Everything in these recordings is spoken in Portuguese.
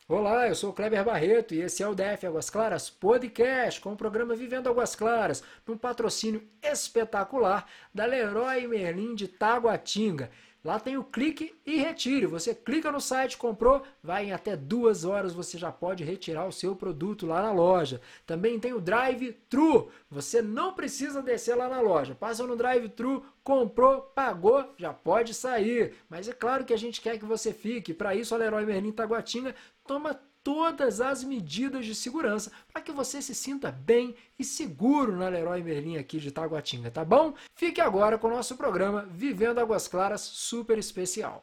Olá, eu sou o Kleber Barreto e esse é o DF Águas Claras Podcast com o programa Vivendo Águas Claras, num patrocínio espetacular da Leroy Merlin de Taguatinga. Lá tem o clique e retire. Você clica no site, comprou, vai em até 2 horas você já pode retirar o seu produto lá na loja. Também tem o drive-thru. Você não precisa descer lá na loja. Passa no drive-thru, comprou, pagou, já pode sair. Mas é claro que a gente quer que você fique. Para isso, a Leroy Merlin Taguatinga toma todas as medidas de segurança para que você se sinta bem e seguro na Leroy Merlin aqui de Taguatinga, tá bom? Fique agora com o nosso programa Vivendo Águas Claras super especial.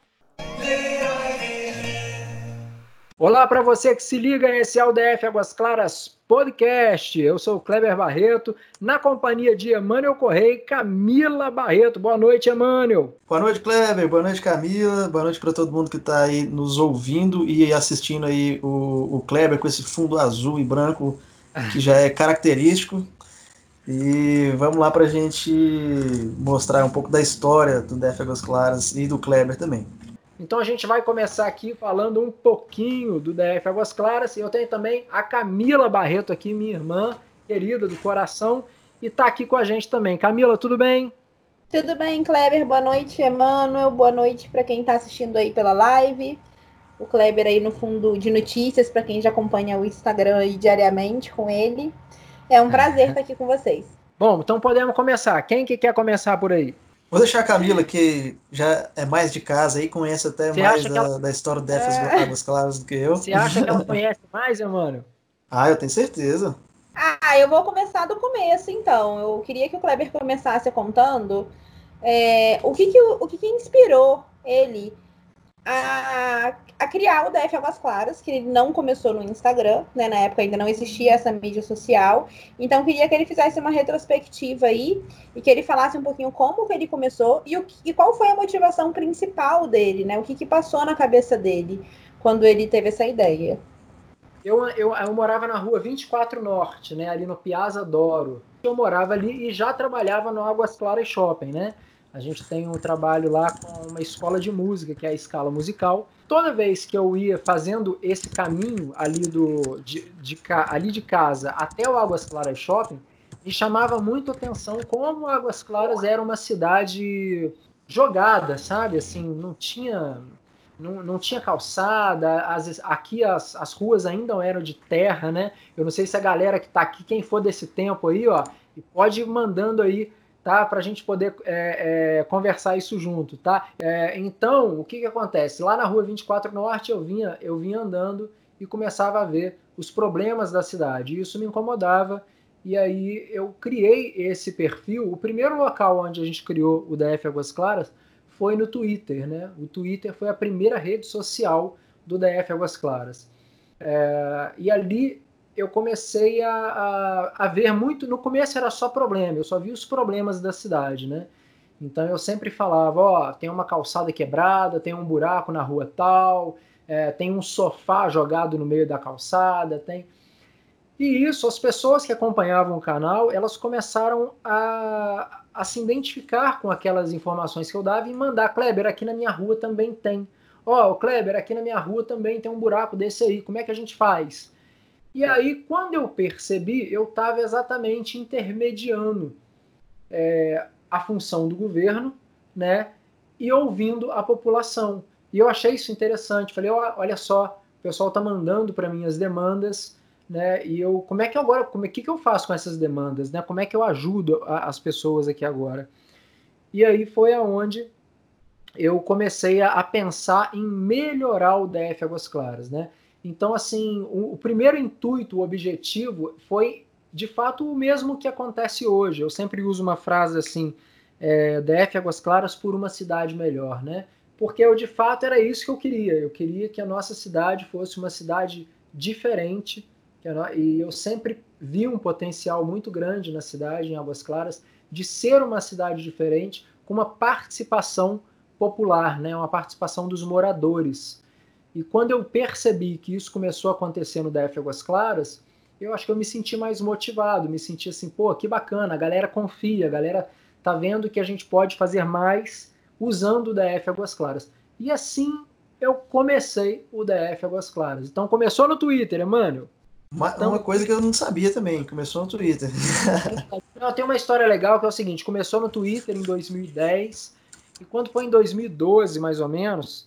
Olá para você que se liga nesse LDF Águas Claras Podcast. Eu sou o Kleber Barreto, na companhia de Emmanuel Correia e Camila Barreto. Boa noite, Emmanuel. Boa noite, Kleber. Boa noite, Camila. Boa noite para todo mundo que está aí nos ouvindo e assistindo aí o Kleber com esse fundo azul e branco que já é característico. E vamos lá para a gente mostrar um pouco da história do DF Águas Claras e do Kleber também. Então a gente vai começar aqui falando um pouquinho do DF Águas Claras. E eu tenho também a Camila Barreto aqui, minha irmã querida do coração, e está aqui com a gente também. Camila, tudo bem? Tudo bem, Kleber? Boa noite, Emmanuel. Boa noite para quem está assistindo aí pela live. O Kleber aí no fundo de notícias, para quem já acompanha o Instagram aí diariamente com ele. É um prazer estar aqui com vocês. Bom, então podemos começar. Quem que quer começar por aí? Vou deixar a Camila, que já é mais de casa aí, conhece até Você mais acha que ela, da história do DF Águas Claras do que eu. você acha que ela conhece mais, mano? Ah, eu tenho certeza. Eu vou começar do começo, então. Eu queria que o Kleber começasse contando o que inspirou ele a criar o DF Águas Claras, que ele não começou no Instagram, né? Na época ainda não existia essa mídia social. Então, queria que ele fizesse uma retrospectiva aí e que ele falasse um pouquinho como que ele começou e qual foi a motivação principal dele, né? O que passou na cabeça dele quando ele teve essa ideia. Eu morava na rua 24 Norte, né, ali no Piazza Doro. Eu morava ali e já trabalhava no Águas Claras Shopping, né? A gente tem um trabalho lá com uma escola de música, que é a Escala Musical. Toda vez que eu ia fazendo esse caminho ali, ali de casa até o Águas Claras Shopping, me chamava muito a atenção como Águas Claras era uma cidade jogada, sabe? Assim, não tinha calçada, aqui as ruas ainda eram de terra, né? Eu não sei se a galera que está aqui, quem for desse tempo aí, ó, pode ir mandando aí, tá? Para a gente poder conversar isso junto, tá? Então, o que acontece? Lá na rua 24 Norte eu vinha andando e começava a ver os problemas da cidade. E isso me incomodava. E aí eu criei esse perfil. O primeiro local onde a gente criou o DF Águas Claras foi no Twitter, né? O Twitter foi a primeira rede social do DF Águas Claras. E ali eu comecei a ver muito. No começo era só problema, eu só via os problemas da cidade, né? Então eu sempre falava: ó, tem uma calçada quebrada, tem um buraco na rua tal, tem um sofá jogado no meio da calçada, tem. E isso, as pessoas que acompanhavam o canal, elas começaram a se identificar com aquelas informações que eu dava e mandar: Kleber, aqui na minha rua também tem. Ó, oh, Kleber, aqui na minha rua também tem um buraco desse aí, como é que a gente faz? E aí, quando eu percebi, eu estava exatamente intermediando a função do governo, né, e ouvindo a população. E eu achei isso interessante. Falei: olha só, o pessoal está mandando para mim as demandas, né? E eu, como é que agora, que eu faço com essas demandas, né? Como é que eu ajudo as pessoas aqui agora? E aí foi aonde eu comecei a pensar em melhorar o DF Águas Claras, né? Então, assim, o primeiro intuito, o objetivo, foi de fato o mesmo que acontece hoje. Eu sempre uso uma frase assim: DF Águas Claras por uma cidade melhor, né? Porque eu de fato era isso que eu queria. Eu queria que a nossa cidade fosse uma cidade diferente, e eu sempre vi um potencial muito grande na cidade, em Águas Claras, de ser uma cidade diferente, com uma participação popular, né? Uma participação dos moradores. E quando eu percebi que isso começou a acontecer no DF Águas Claras, eu acho que eu me senti mais motivado, me senti assim: pô, que bacana, a galera confia, a galera tá vendo que a gente pode fazer mais usando o DF Águas Claras. E assim eu comecei o DF Águas Claras. Então começou no Twitter, Emmanuel. Uma coisa que eu não sabia também, começou no Twitter. Tem uma história legal que é o seguinte, começou no Twitter em 2010, e quando foi em 2012, mais ou menos,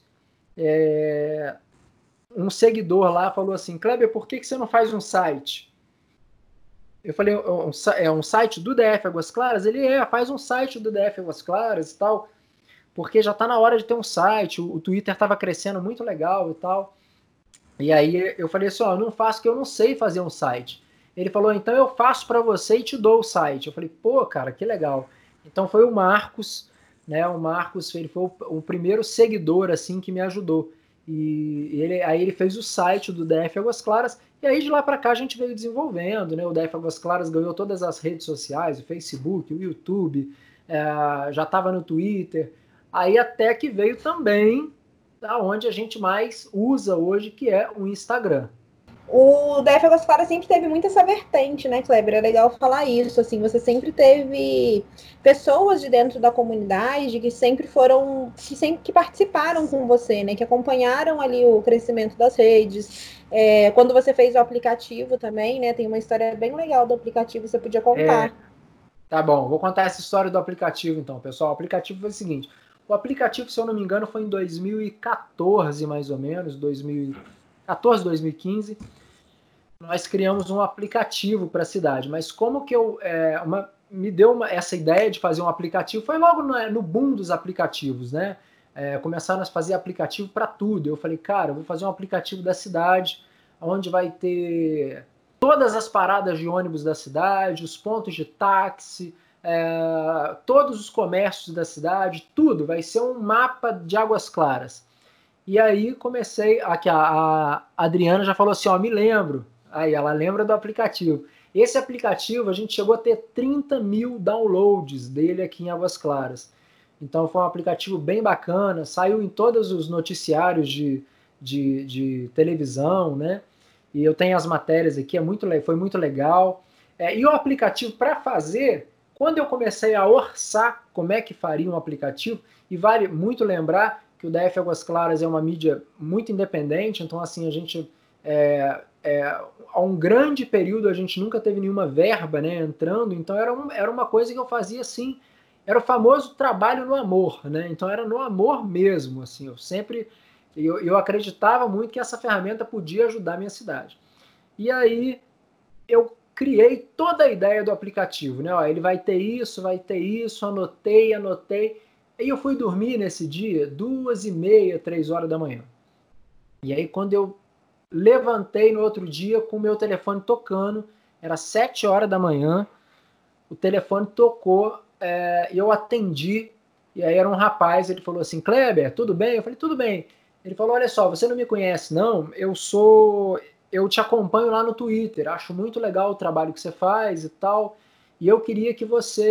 um seguidor lá falou assim, Kleber, por que você não faz um site? Eu falei, é um site do DF Águas Claras? Ele faz um site do DF Águas Claras e tal, porque já está na hora de ter um site, o Twitter estava crescendo muito legal e tal. E aí eu falei assim, eu não faço porque eu não sei fazer um site. Ele falou, então eu faço para você e te dou o site. Eu falei, pô, cara, que legal. Então foi o Marcos, né? O Marcos, ele foi o primeiro seguidor assim que me ajudou. E aí ele fez o site do DF Águas Claras, e aí de lá para cá a gente veio desenvolvendo, né? O DF Águas Claras ganhou todas as redes sociais, o Facebook, o YouTube, já estava no Twitter. Aí até que veio também onde a gente mais usa hoje, que é o Instagram. O DF Águas Claras sempre teve muito essa vertente, né, Kleber? É legal falar isso, assim, você sempre teve pessoas de dentro da comunidade que sempre foram, que participaram com você, né, que acompanharam ali o crescimento das redes. Quando você fez o aplicativo também, né, tem uma história bem legal do aplicativo, você podia contar. Tá bom, vou contar essa história do aplicativo então, pessoal. O aplicativo foi o seguinte, o aplicativo, se eu não me engano, foi em 2014, mais ou menos, 2014, 2015, nós criamos um aplicativo para a cidade. Mas como que me deu essa ideia de fazer um aplicativo? Foi logo no boom dos aplicativos, né? Começaram a fazer aplicativo para tudo. Eu falei, cara, eu vou fazer um aplicativo da cidade, onde vai ter todas as paradas de ônibus da cidade, os pontos de táxi, todos os comércios da cidade, tudo. Vai ser um mapa de Águas Claras. E aí comecei, aqui a Adriana já falou assim, me lembro. Aí ela lembra do aplicativo. Esse aplicativo a gente chegou a ter 30 mil downloads dele aqui em Águas Claras. Então foi um aplicativo bem bacana, saiu em todos os noticiários de televisão, né? E eu tenho as matérias aqui, foi muito legal. E o aplicativo para fazer, quando eu comecei a orçar como é que faria um aplicativo, e vale muito lembrar que o DF Águas Claras é uma mídia muito independente, então assim, a gente há um grande período a gente nunca teve nenhuma verba, né, entrando, então era uma coisa que eu fazia assim, era o famoso trabalho no amor, né, então era no amor mesmo, assim, eu acreditava muito que essa ferramenta podia ajudar a minha cidade. E aí eu criei toda a ideia do aplicativo, né, ele vai ter isso, anotei, aí eu fui dormir nesse dia 2h30, 3h da manhã. E aí quando eu levantei no outro dia com o meu telefone tocando, era 7h da manhã, o telefone tocou e eu atendi, e aí era um rapaz, ele falou assim, Kleber, tudo bem? Eu falei, tudo bem. Ele falou, olha só, você não me conhece não, eu te acompanho lá no Twitter, acho muito legal o trabalho que você faz e tal, e eu queria que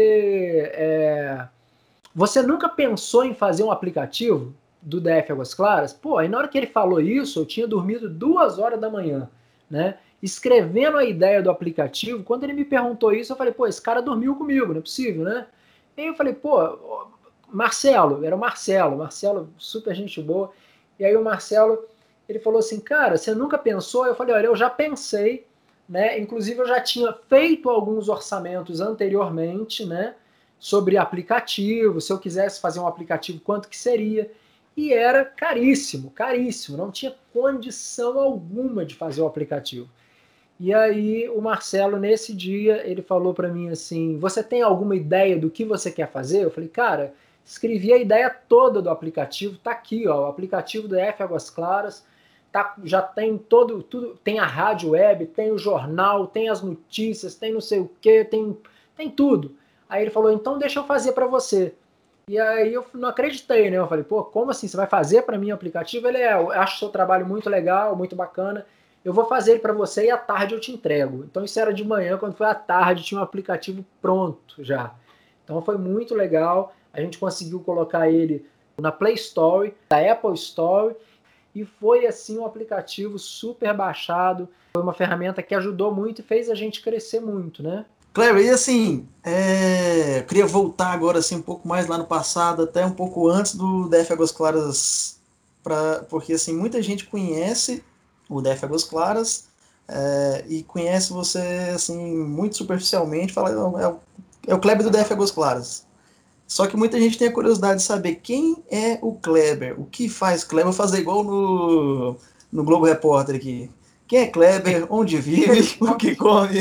você nunca pensou em fazer um aplicativo do DF Águas Claras? Pô, aí na hora que ele falou isso, eu tinha dormido 2h da manhã, né? Escrevendo a ideia do aplicativo, quando ele me perguntou isso, eu falei, pô, esse cara dormiu comigo, não é possível, né? E aí eu falei, pô, Marcelo, era o Marcelo, super gente boa. E aí o Marcelo, ele falou assim, cara, você nunca pensou? Eu falei, olha, eu já pensei, né? Inclusive eu já tinha feito alguns orçamentos anteriormente, né? Sobre aplicativo, se eu quisesse fazer um aplicativo, quanto que seria? E era caríssimo, caríssimo, não tinha condição alguma de fazer o aplicativo. E aí o Marcelo, nesse dia, ele falou para mim assim, você tem alguma ideia do que você quer fazer? Eu falei, cara, escrevi a ideia toda do aplicativo, tá aqui, ó, o aplicativo do DF Águas Claras, já tem tudo, tem a rádio web, tem o jornal, tem as notícias, tem não sei o que, tem tudo. Aí ele falou, então deixa eu fazer para você. E aí eu não acreditei, né? Eu falei, pô, como assim? Você vai fazer para mim o aplicativo? Ele eu acho o seu trabalho muito legal, muito bacana. Eu vou fazer ele para você e à tarde eu te entrego. Então isso era de manhã, quando foi à tarde tinha um aplicativo pronto já. Então foi muito legal. A gente conseguiu colocar ele na Play Store, na Apple Store, e foi assim um aplicativo super baixado. Foi uma ferramenta que ajudou muito e fez a gente crescer muito, né? Kleber, e assim, eu queria voltar agora assim, um pouco mais lá no passado, até um pouco antes do DF Águas Claras porque assim, muita gente conhece o DF Águas Claras e conhece você assim, muito superficialmente, fala, "Não, é o Kleber do DF Águas Claras." Só que muita gente tem a curiosidade de saber quem é o Kleber, o que faz Kleber. Vou fazer igual no Globo Repórter aqui. Quem é Kleber, onde vive, o que come.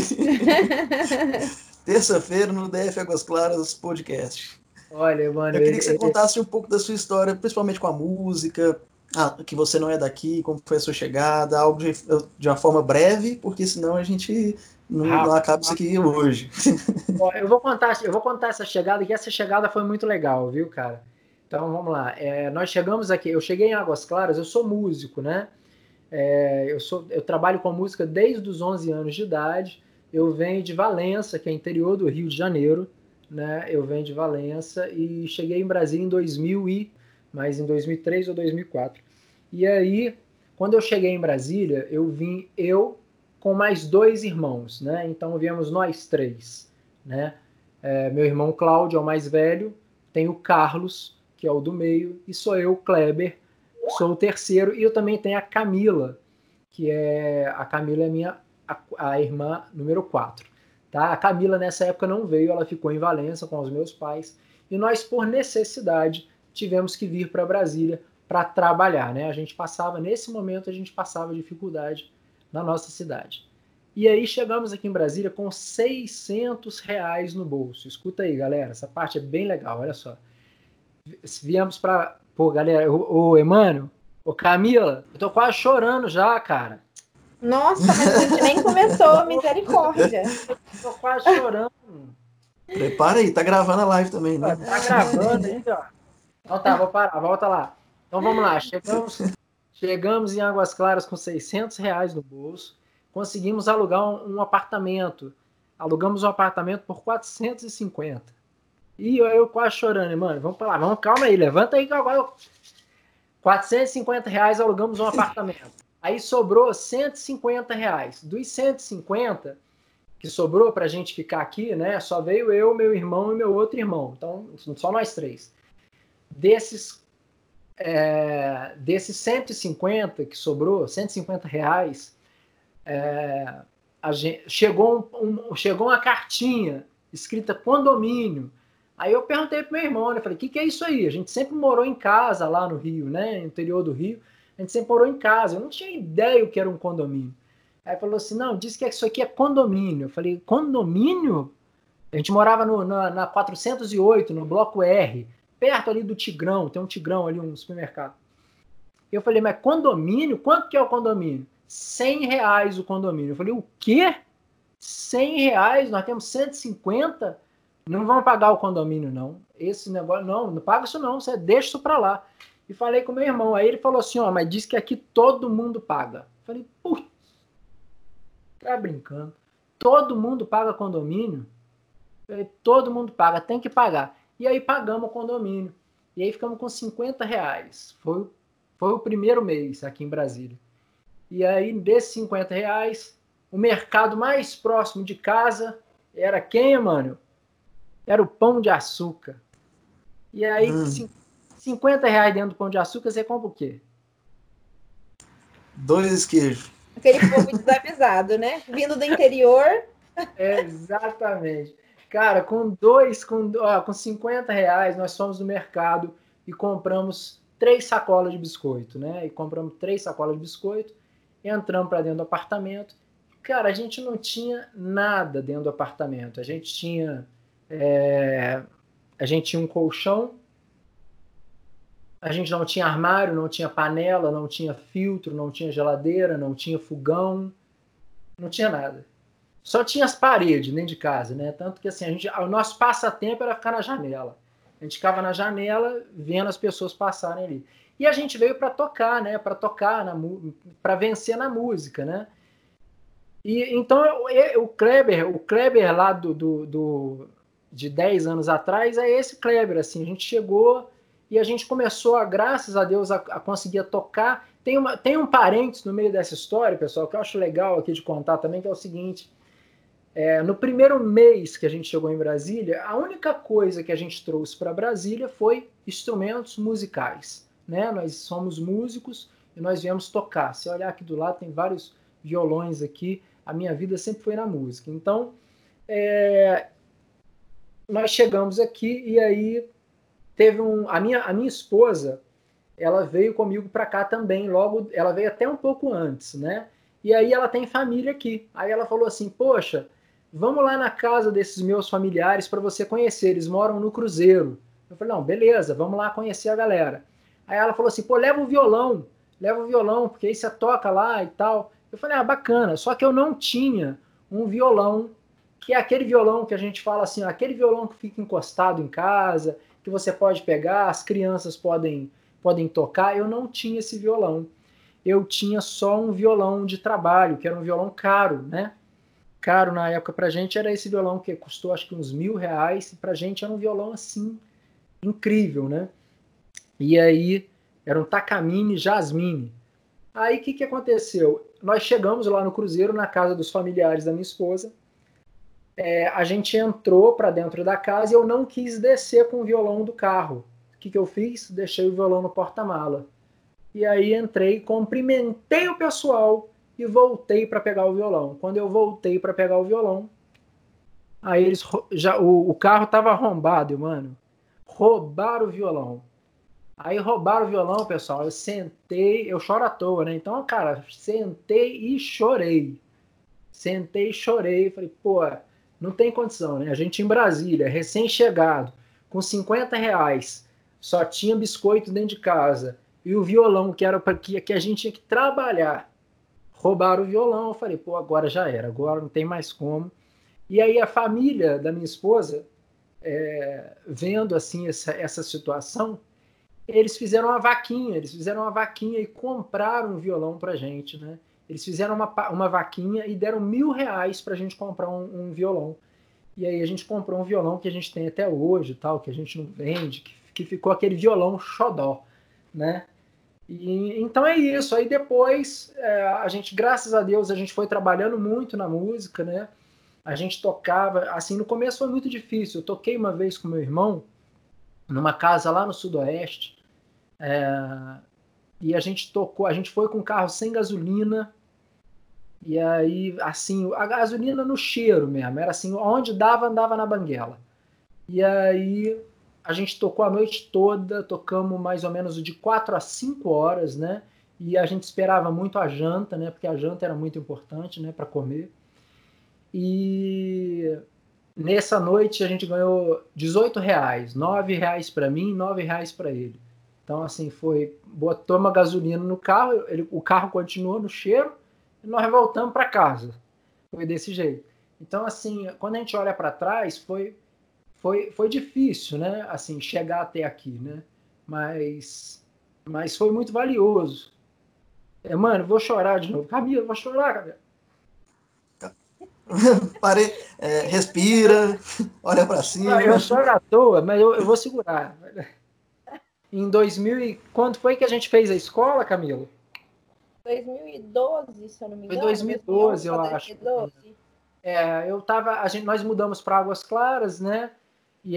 Terça-feira no DF Águas Claras Podcast. Olha, mano, Eu queria que você contasse um pouco da sua história, principalmente com a música, que você não é daqui, como foi a sua chegada, algo de uma forma breve, porque senão a gente não acaba isso aqui hoje. Ó, eu vou contar essa chegada, que essa chegada foi muito legal, viu, cara? Então vamos lá. Nós chegamos aqui, eu cheguei em Águas Claras, eu sou músico, né? Eu trabalho com música desde os 11 anos de idade. Eu venho de Valença, que é interior do Rio de Janeiro, né? Eu venho de Valença e cheguei em Brasília em 2000 em 2003 ou 2004. E aí, quando eu cheguei em Brasília, eu vim com mais 2 irmãos, né? Então viemos nós 3, né? Meu irmão Cláudio é o mais velho, tem o Carlos, que é o do meio, e sou eu, Kleber, sou o terceiro, e eu também tenho a Camila, a Camila é a irmã número 4. Tá? A Camila nessa época não veio, ela ficou em Valença com os meus pais, e nós, por necessidade, tivemos que vir para Brasília para trabalhar, né? Nesse momento a gente passava dificuldade na nossa cidade. E aí chegamos aqui em Brasília com R$600 no bolso. Escuta aí, galera, essa parte é bem legal, olha só. Viemos para... Pô, galera, ô Emmanuel, ô Camila, eu tô quase chorando já, cara. Nossa, mas a gente nem começou, misericórdia. Tô quase chorando. Prepara aí, tá gravando a live também, né? Tá gravando aí, ó. Então tá, vou parar, volta lá. Então vamos lá, chegamos em Águas Claras com R$600 no bolso, conseguimos alugar um apartamento. Alugamos um apartamento por 450. E eu quase chorando, mano. Vamos pra lá, calma aí, levanta aí que agora R$450 alugamos um apartamento. Aí sobrou R$150. Dos 150 que sobrou pra gente ficar aqui, né? Só veio eu, meu irmão e meu outro irmão. Então, só nós 3. Desses 150 que sobrou, R$150, chegou uma cartinha escrita condomínio. Aí eu perguntei pro meu irmão, né? Falei, o que é isso aí? A gente sempre morou em casa lá no Rio, né? No interior do Rio. A gente sempre morou em casa. Eu não tinha ideia o que era um condomínio. Aí falou assim, não, disse que isso aqui é condomínio. Eu falei, condomínio? A gente morava na 408, no bloco R, perto ali do Tigrão. Tem um Tigrão ali, um supermercado. Eu falei, mas condomínio? Quanto que é o condomínio? R$100 o condomínio. Eu falei, o quê? R$100? Nós temos 150? Não vamos pagar o condomínio, não. Esse negócio, não paga isso não, você deixa isso pra lá. E falei com meu irmão, aí ele falou assim, ó, mas diz que aqui todo mundo paga. Eu falei, putz, tá brincando. Todo mundo paga condomínio? Eu falei, todo mundo paga, tem que pagar. E aí pagamos o condomínio. E aí ficamos com R$50. Foi o primeiro mês aqui em Brasília. E aí, desses R$50, o mercado mais próximo de casa era quem, mano? Era o Pão de Açúcar. E aí, R$50 dentro do Pão de Açúcar, você compra o quê? 2 queijos. Aquele povo desavisado, né? Vindo do interior. Exatamente. Cara, com R$50, nós fomos no mercado e compramos 3 sacolas de biscoito, né? E compramos 3 sacolas de biscoito, entramos para dentro do apartamento. Cara, a gente não tinha nada dentro do apartamento. A gente tinha um colchão, a gente não tinha armário, não tinha panela, não tinha filtro, não tinha geladeira, não tinha fogão, não tinha nada. Só tinha as paredes dentro de casa, né? Tanto que assim, o nosso passatempo era ficar na janela. A gente ficava na janela vendo as pessoas passarem ali. E a gente veio para tocar, né? Para vencer na música, né? E então o Kleber lá de 10 anos atrás é esse Kleber, assim, a gente chegou e a gente começou, graças a Deus, a conseguir tocar. Tem um parênteses no meio dessa história, pessoal, que eu acho legal aqui de contar também, que é o seguinte, no primeiro mês que a gente chegou em Brasília, a única coisa que a gente trouxe para Brasília foi instrumentos musicais. né? Nós somos músicos e nós viemos tocar. Se olhar aqui do lado, tem vários violões aqui. A minha vida sempre foi na música. Então, nós chegamos aqui e aí teve a minha esposa, ela veio comigo para cá também, logo, ela veio até um pouco antes, né? E aí ela tem família aqui. Aí ela falou assim, poxa, vamos lá na casa desses meus familiares para você conhecer, eles moram no Cruzeiro. Eu falei, não, beleza, vamos lá conhecer a galera. Aí ela falou assim, pô, leva o violão, porque aí você toca lá e tal. Eu falei, ah, bacana, só que eu não tinha um violão, que é aquele violão que a gente fala assim, aquele violão que fica encostado em casa, que você pode pegar, as crianças podem tocar. Eu não tinha esse violão. Eu tinha só um violão de trabalho, que era um violão caro, né? Caro na época pra gente era esse violão que custou acho que uns R$1.000, e pra gente era um violão assim, incrível, né? E aí era um Takamine Jasmine. Aí o que aconteceu? Nós chegamos lá no Cruzeiro, na casa dos familiares da minha esposa. A gente entrou para dentro da casa e eu não quis descer com o violão do carro. O que eu fiz? Deixei o violão no porta-mala. E aí entrei, cumprimentei o pessoal e voltei para pegar o violão. Quando eu voltei para pegar o violão, aí eles o carro estava arrombado, mano. Roubaram o violão. Aí roubaram o violão, pessoal. Eu sentei, eu choro à toa, né? Então, cara, sentei e chorei. Sentei e chorei. Falei, pô, não tem condição, né? A gente em Brasília, recém-chegado, com R$50, só tinha biscoito dentro de casa. E o violão, que era para que a gente tinha que trabalhar. Roubaram o violão. Eu falei, pô, agora já era, agora não tem mais como. E aí a família da minha esposa, vendo assim essa situação, eles fizeram uma vaquinha e compraram um violão pra gente, né? Eles fizeram uma vaquinha e deram R$1.000 pra gente comprar um violão. E aí a gente comprou um violão que a gente tem até hoje, tal, que a gente não vende, que ficou aquele violão xodó, né? E então é isso. Aí depois a gente, graças a Deus, a gente foi trabalhando muito na música, né? A gente tocava, assim, no começo foi muito difícil. Eu toquei uma vez com meu irmão numa casa lá no Sudoeste. E a gente foi com um carro sem gasolina, e aí, assim, a gasolina no cheiro mesmo, era assim, onde dava, andava na banguela. E aí a gente tocou a noite toda, tocamos mais ou menos de 4 a 5 horas, né? E a gente esperava muito a janta, né? Porque a janta era muito importante, né? Para comer. E nessa noite a gente ganhou R$18, R$9 para mim, R$9 para ele. Então, assim, botou uma gasolina no carro, o carro continuou no cheiro e nós voltamos para casa. Foi desse jeito. Então, assim, quando a gente olha para trás, foi difícil, né? Assim, chegar até aqui, né? Mas foi muito valioso. Mano, vou chorar de novo. Camila, vou chorar, Camila. Parei, respira, olha para cima. Eu choro à toa, mas eu vou segurar. Em 2000 quando foi que a gente fez a escola, Camilo? 2012, se eu não me engano. Foi 2012, 2011, eu acho. 2012. Nós mudamos para Águas Claras, né? E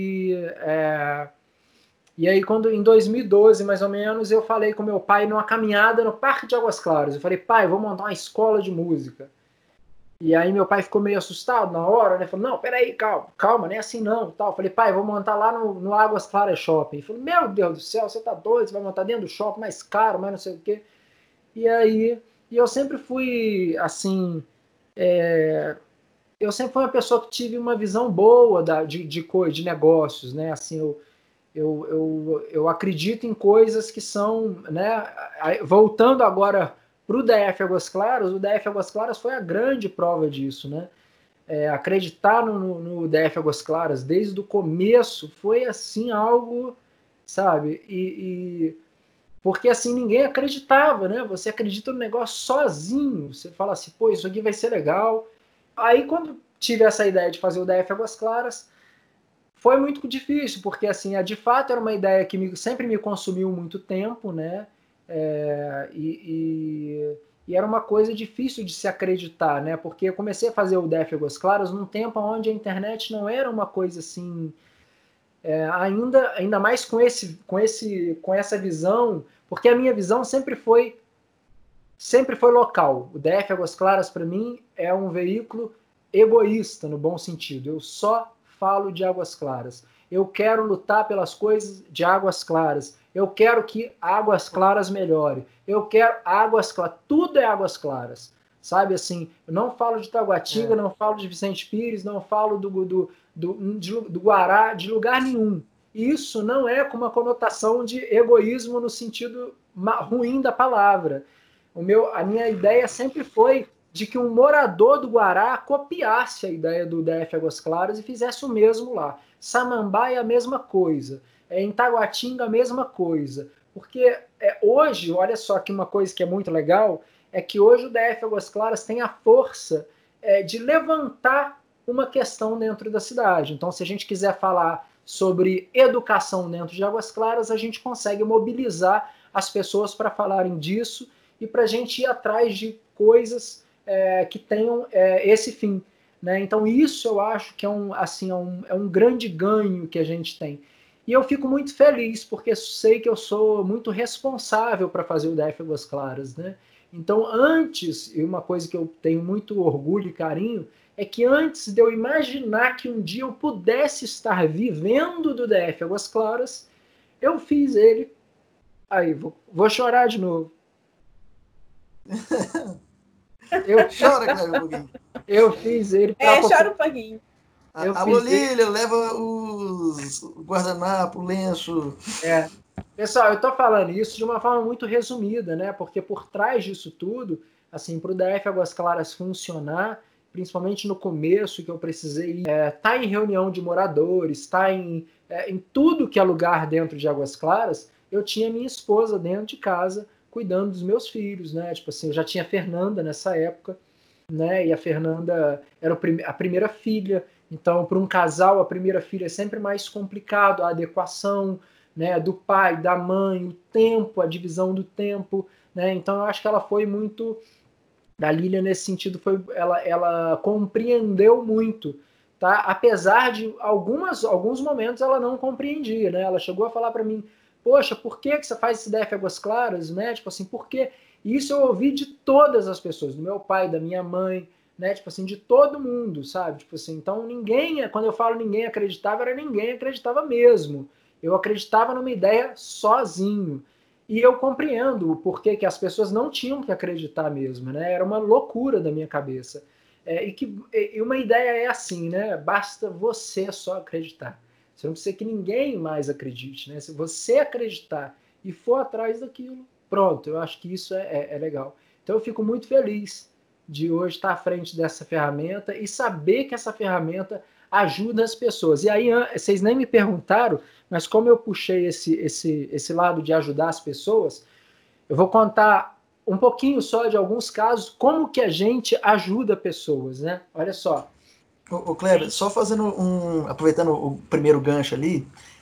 aí quando em 2012, mais ou menos, eu falei com meu pai numa caminhada no Parque de Águas Claras. Eu falei, pai, vou montar uma escola de música. E aí meu pai ficou meio assustado na hora, né? Falou, não, peraí, calma, não é assim não. Tal. Eu falei, pai, vou montar lá no Águas Claras Shopping. Ele falou, meu Deus do céu, você tá doido? Você vai montar dentro do shopping, mais caro, mais não sei o quê. E aí, eu sempre fui, assim, eu sempre fui uma pessoa que tive uma visão boa de negócios, né? Assim, eu acredito em coisas que são, né? Voltando agora para o DF Águas Claras, o DF Águas Claras foi a grande prova disso, né? Acreditar no DF Águas Claras desde o começo foi assim algo, sabe? Porque assim ninguém acreditava, né? Você acredita no negócio sozinho, você fala assim, pô, isso aqui vai ser legal. Aí quando tive essa ideia de fazer o DF Águas Claras, foi muito difícil, porque assim, de fato era uma ideia que sempre me consumiu muito tempo, né? E era uma coisa difícil de se acreditar, né? Porque eu comecei a fazer o DF Águas Claras num tempo onde a internet não era uma coisa assim ainda mais com essa visão, porque a minha visão sempre foi local. O DF Águas Claras, para mim, é um veículo egoísta, no bom sentido. Eu só falo de Águas Claras. Eu quero lutar pelas coisas de Águas Claras. Eu quero que Águas Claras melhore. Eu quero Águas Claras. Tudo é Águas Claras. Sabe, assim, eu não falo de Taguatinga, não falo de Vicente Pires, não falo do Guará, de lugar nenhum. Isso não é com uma conotação de egoísmo no sentido ruim da palavra. A minha ideia sempre foi de que um morador do Guará copiasse a ideia do DF Águas Claras e fizesse o mesmo lá. Samambaia, a mesma coisa. Em Taguatinga, a mesma coisa. Porque hoje, olha só que uma coisa que é muito legal, é que hoje o DF Águas Claras tem a força de levantar uma questão dentro da cidade. Então, se a gente quiser falar sobre educação dentro de Águas Claras, a gente consegue mobilizar as pessoas para falarem disso e para a gente ir atrás de coisas que tenham esse fim. Né? Então, isso eu acho que é um grande ganho que a gente tem. E eu fico muito feliz, porque sei que eu sou muito responsável para fazer o DF Águas Claras. Né? Então, antes, e uma coisa que eu tenho muito orgulho e carinho, é que antes de eu imaginar que um dia eu pudesse estar vivendo do DF Águas Claras, eu fiz ele. Aí, vou chorar de novo. Chora, cara, um pouquinho. Eu fiz ele para... chora um pouquinho. Alô, Lília, leva os guardanapo, o lenço. Pessoal, eu estou falando isso de uma forma muito resumida, né? Porque por trás disso tudo, assim, para o DF Águas Claras funcionar, principalmente no começo, que eu precisei tá em reunião de moradores, tá em tudo que é lugar dentro de Águas Claras, eu tinha minha esposa dentro de casa cuidando dos meus filhos, né? Tipo assim, eu já tinha a Fernanda nessa época, né? E a Fernanda era a primeira filha, então para um casal a primeira filha é sempre mais complicado, a adequação, né, do pai, da mãe, o tempo, a divisão do tempo, né? Então eu acho que ela foi muito, da Lília nesse sentido, ela compreendeu muito, tá? Apesar de alguns momentos ela não compreendia, né? Ela chegou a falar para mim, poxa, por que você faz esse DF Águas Claras, né? Tipo assim, por quê? E isso eu ouvi de todas as pessoas, do meu pai, da minha mãe, né? Tipo assim, de todo mundo, sabe? Tipo assim, então quando eu falo ninguém acreditava, era ninguém acreditava mesmo. Eu acreditava numa ideia sozinho. E eu compreendo o porquê que as pessoas não tinham que acreditar mesmo, né? Era uma loucura da minha cabeça. E uma ideia é assim, né? Basta você só acreditar. Você não precisa que ninguém mais acredite, né? Se você acreditar e for atrás daquilo, pronto, eu acho que isso é legal. Então eu fico muito feliz de hoje estar à frente dessa ferramenta e saber que essa ferramenta ajuda as pessoas. E aí, vocês nem me perguntaram, mas como eu puxei esse lado de ajudar as pessoas, eu vou contar um pouquinho só de alguns casos, como que a gente ajuda pessoas, né? Olha só. Ô Kleber, só aproveitando o primeiro gancho ali,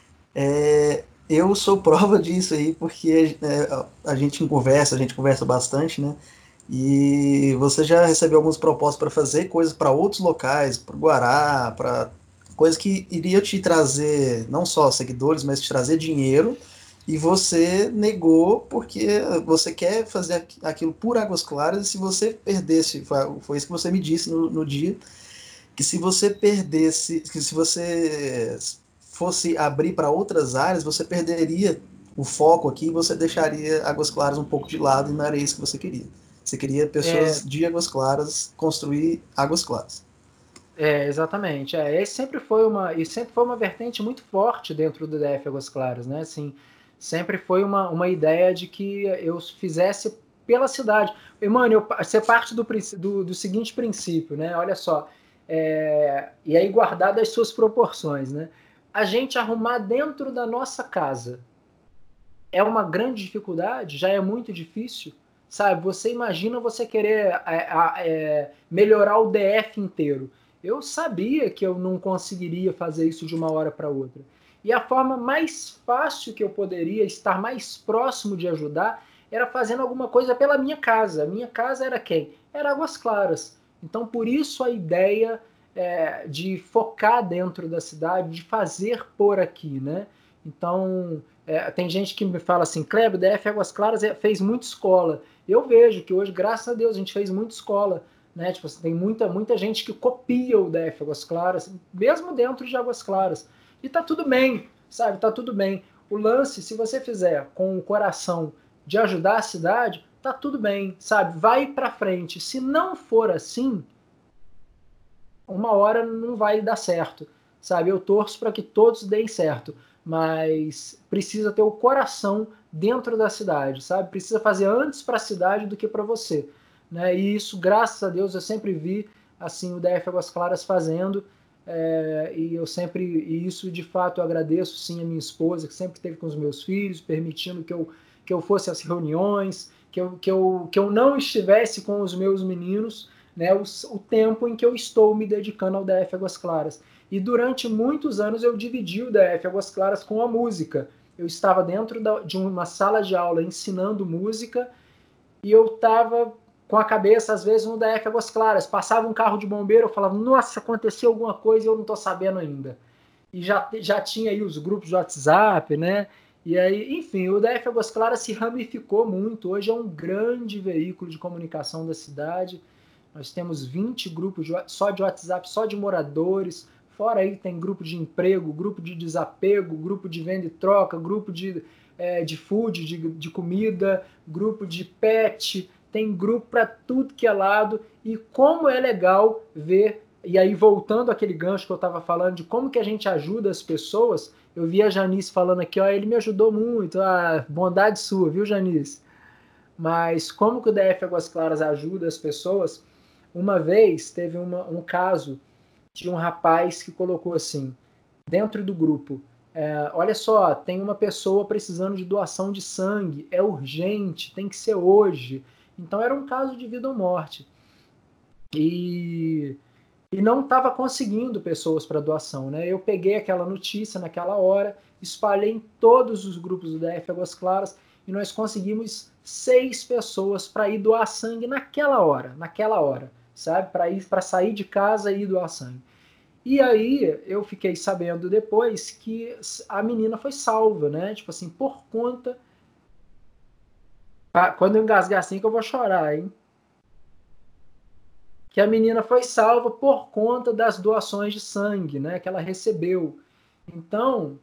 eu sou prova disso aí, porque a gente conversa bastante, né? E você já recebeu alguns propósitos para fazer coisas para outros locais, para o Guará, para coisas que iriam te trazer não só seguidores, mas te trazer dinheiro, e você negou porque você quer fazer aquilo por Águas Claras, e se você perdesse, foi isso que você me disse no dia, que se você perdesse, que se você fosse abrir para outras áreas, você perderia o foco aqui e você deixaria Águas Claras um pouco de lado, e não era isso que você queria. Você queria pessoas de Águas Claras construir Águas Claras. Exatamente. Esse sempre foi uma vertente muito forte dentro do DF Águas Claras, né? Assim, sempre foi uma ideia de que eu fizesse pela cidade. E, mano, você parte do seguinte princípio, né? Olha só, e aí guardado as suas proporções, né? A gente arrumar dentro da nossa casa é uma grande dificuldade, já é muito difícil, sabe? Você imagina você querer melhorar o DF inteiro. Eu sabia que eu não conseguiria fazer isso de uma hora para outra. E a forma mais fácil que eu poderia estar mais próximo de ajudar era fazendo alguma coisa pela minha casa. A minha casa era quem? Era Águas Claras. Então, por isso a ideia de focar dentro da cidade, de fazer por aqui, né? Então, tem gente que me fala assim, Kleber, o DF Águas Claras fez muita escola. Eu vejo que hoje, graças a Deus, a gente fez muita escola, né? Tipo, tem muita gente que copia o DF Águas Claras, mesmo dentro de Águas Claras. E tá tudo bem, sabe? Tá tudo bem. O lance, se você fizer com o coração de ajudar a cidade, tá tudo bem, sabe? Vai pra frente. Se não for assim, uma hora não vai dar certo, sabe? Eu torço para que todos deem certo, mas precisa ter o coração dentro da cidade, sabe? Precisa fazer antes para a cidade do que para você, né? E isso, graças a Deus, eu sempre vi assim o DF Águas Claras fazendo, e isso de fato eu agradeço sim a minha esposa que sempre esteve com os meus filhos, permitindo que eu fosse às reuniões, que eu não estivesse com os meus meninos, né, o tempo em que eu estou me dedicando ao DF Águas Claras. E durante muitos anos eu dividi o DF Águas Claras com a música. Eu estava dentro de uma sala de aula ensinando música e eu estava com a cabeça, às vezes, no DF Águas Claras. Passava um carro de bombeiro, eu falava, nossa, aconteceu alguma coisa e eu não estou sabendo ainda. E já tinha aí os grupos de WhatsApp, né? E aí, enfim, o DF Águas Claras se ramificou muito. Hoje é um grande veículo de comunicação da cidade. Nós temos 20 grupos só de WhatsApp, só de moradores. Fora aí tem grupo de emprego, grupo de desapego, grupo de venda e troca, grupo de food, de comida, grupo de pet. Tem grupo para tudo que é lado. E como é legal ver, e aí voltando àquele gancho que eu estava falando, de como que a gente ajuda as pessoas, eu vi a Janice falando aqui, ó, ele me ajudou muito, bondade sua, viu, Janice? Mas como que o DF Águas Claras ajuda as pessoas? Uma vez teve um caso de um rapaz que colocou assim, dentro do grupo, olha só, tem uma pessoa precisando de doação de sangue, é urgente, tem que ser hoje. Então era um caso de vida ou morte. E não estava conseguindo pessoas para doação, né? Eu peguei aquela notícia naquela hora, espalhei em todos os grupos do DF Águas Claras e nós conseguimos 6 pessoas para ir doar sangue naquela hora, sabe? Para sair de casa e ir doar sangue. E aí eu fiquei sabendo depois que a menina foi salva, né? Tipo assim, por conta. Quando eu engasgar assim que eu vou chorar, hein? Que a menina foi salva por conta das doações de sangue, né, que ela recebeu. Então,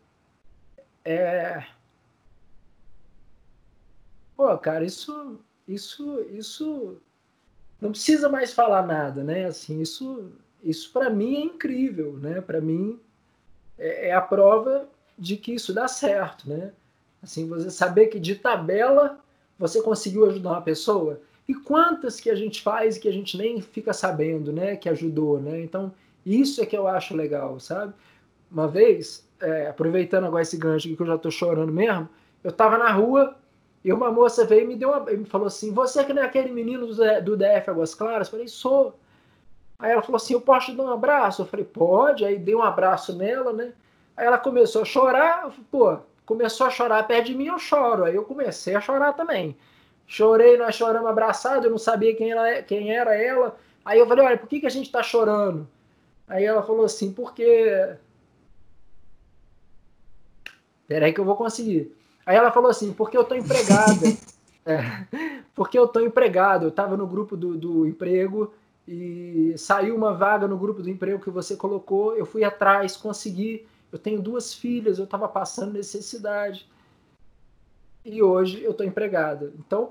cara, isso não precisa mais falar nada, né? Assim, isso para mim é incrível, né? Para mim é a prova de que isso dá certo, né? Assim, você saber que de tabela você conseguiu ajudar uma pessoa. E quantas que a gente faz e que a gente nem fica sabendo, né? Que ajudou, né? Então, isso é que eu acho legal, sabe? Uma vez, aproveitando agora esse gancho aqui que eu já tô chorando mesmo, eu tava na rua e uma moça veio e me falou assim, você que não é aquele menino do DF Águas Claras? Eu falei, sou. Aí ela falou assim, eu posso te dar um abraço? Eu falei, pode. Aí dei um abraço nela, né? Aí ela começou a chorar, começou a chorar perto de mim, eu choro. Aí eu comecei a chorar também. Chorei, nós choramos abraçados, eu não sabia quem era ela. Aí eu falei, olha, por que a gente tá chorando? Aí ela falou assim, porque... Peraí que eu vou conseguir. Aí ela falou assim, porque eu tô empregada. Porque eu tô empregado. Eu tava no grupo do emprego e saiu uma vaga no grupo do emprego que você colocou, eu fui atrás, consegui. Eu tenho 2 filhas, eu tava passando necessidade. E hoje eu tô empregada. Então,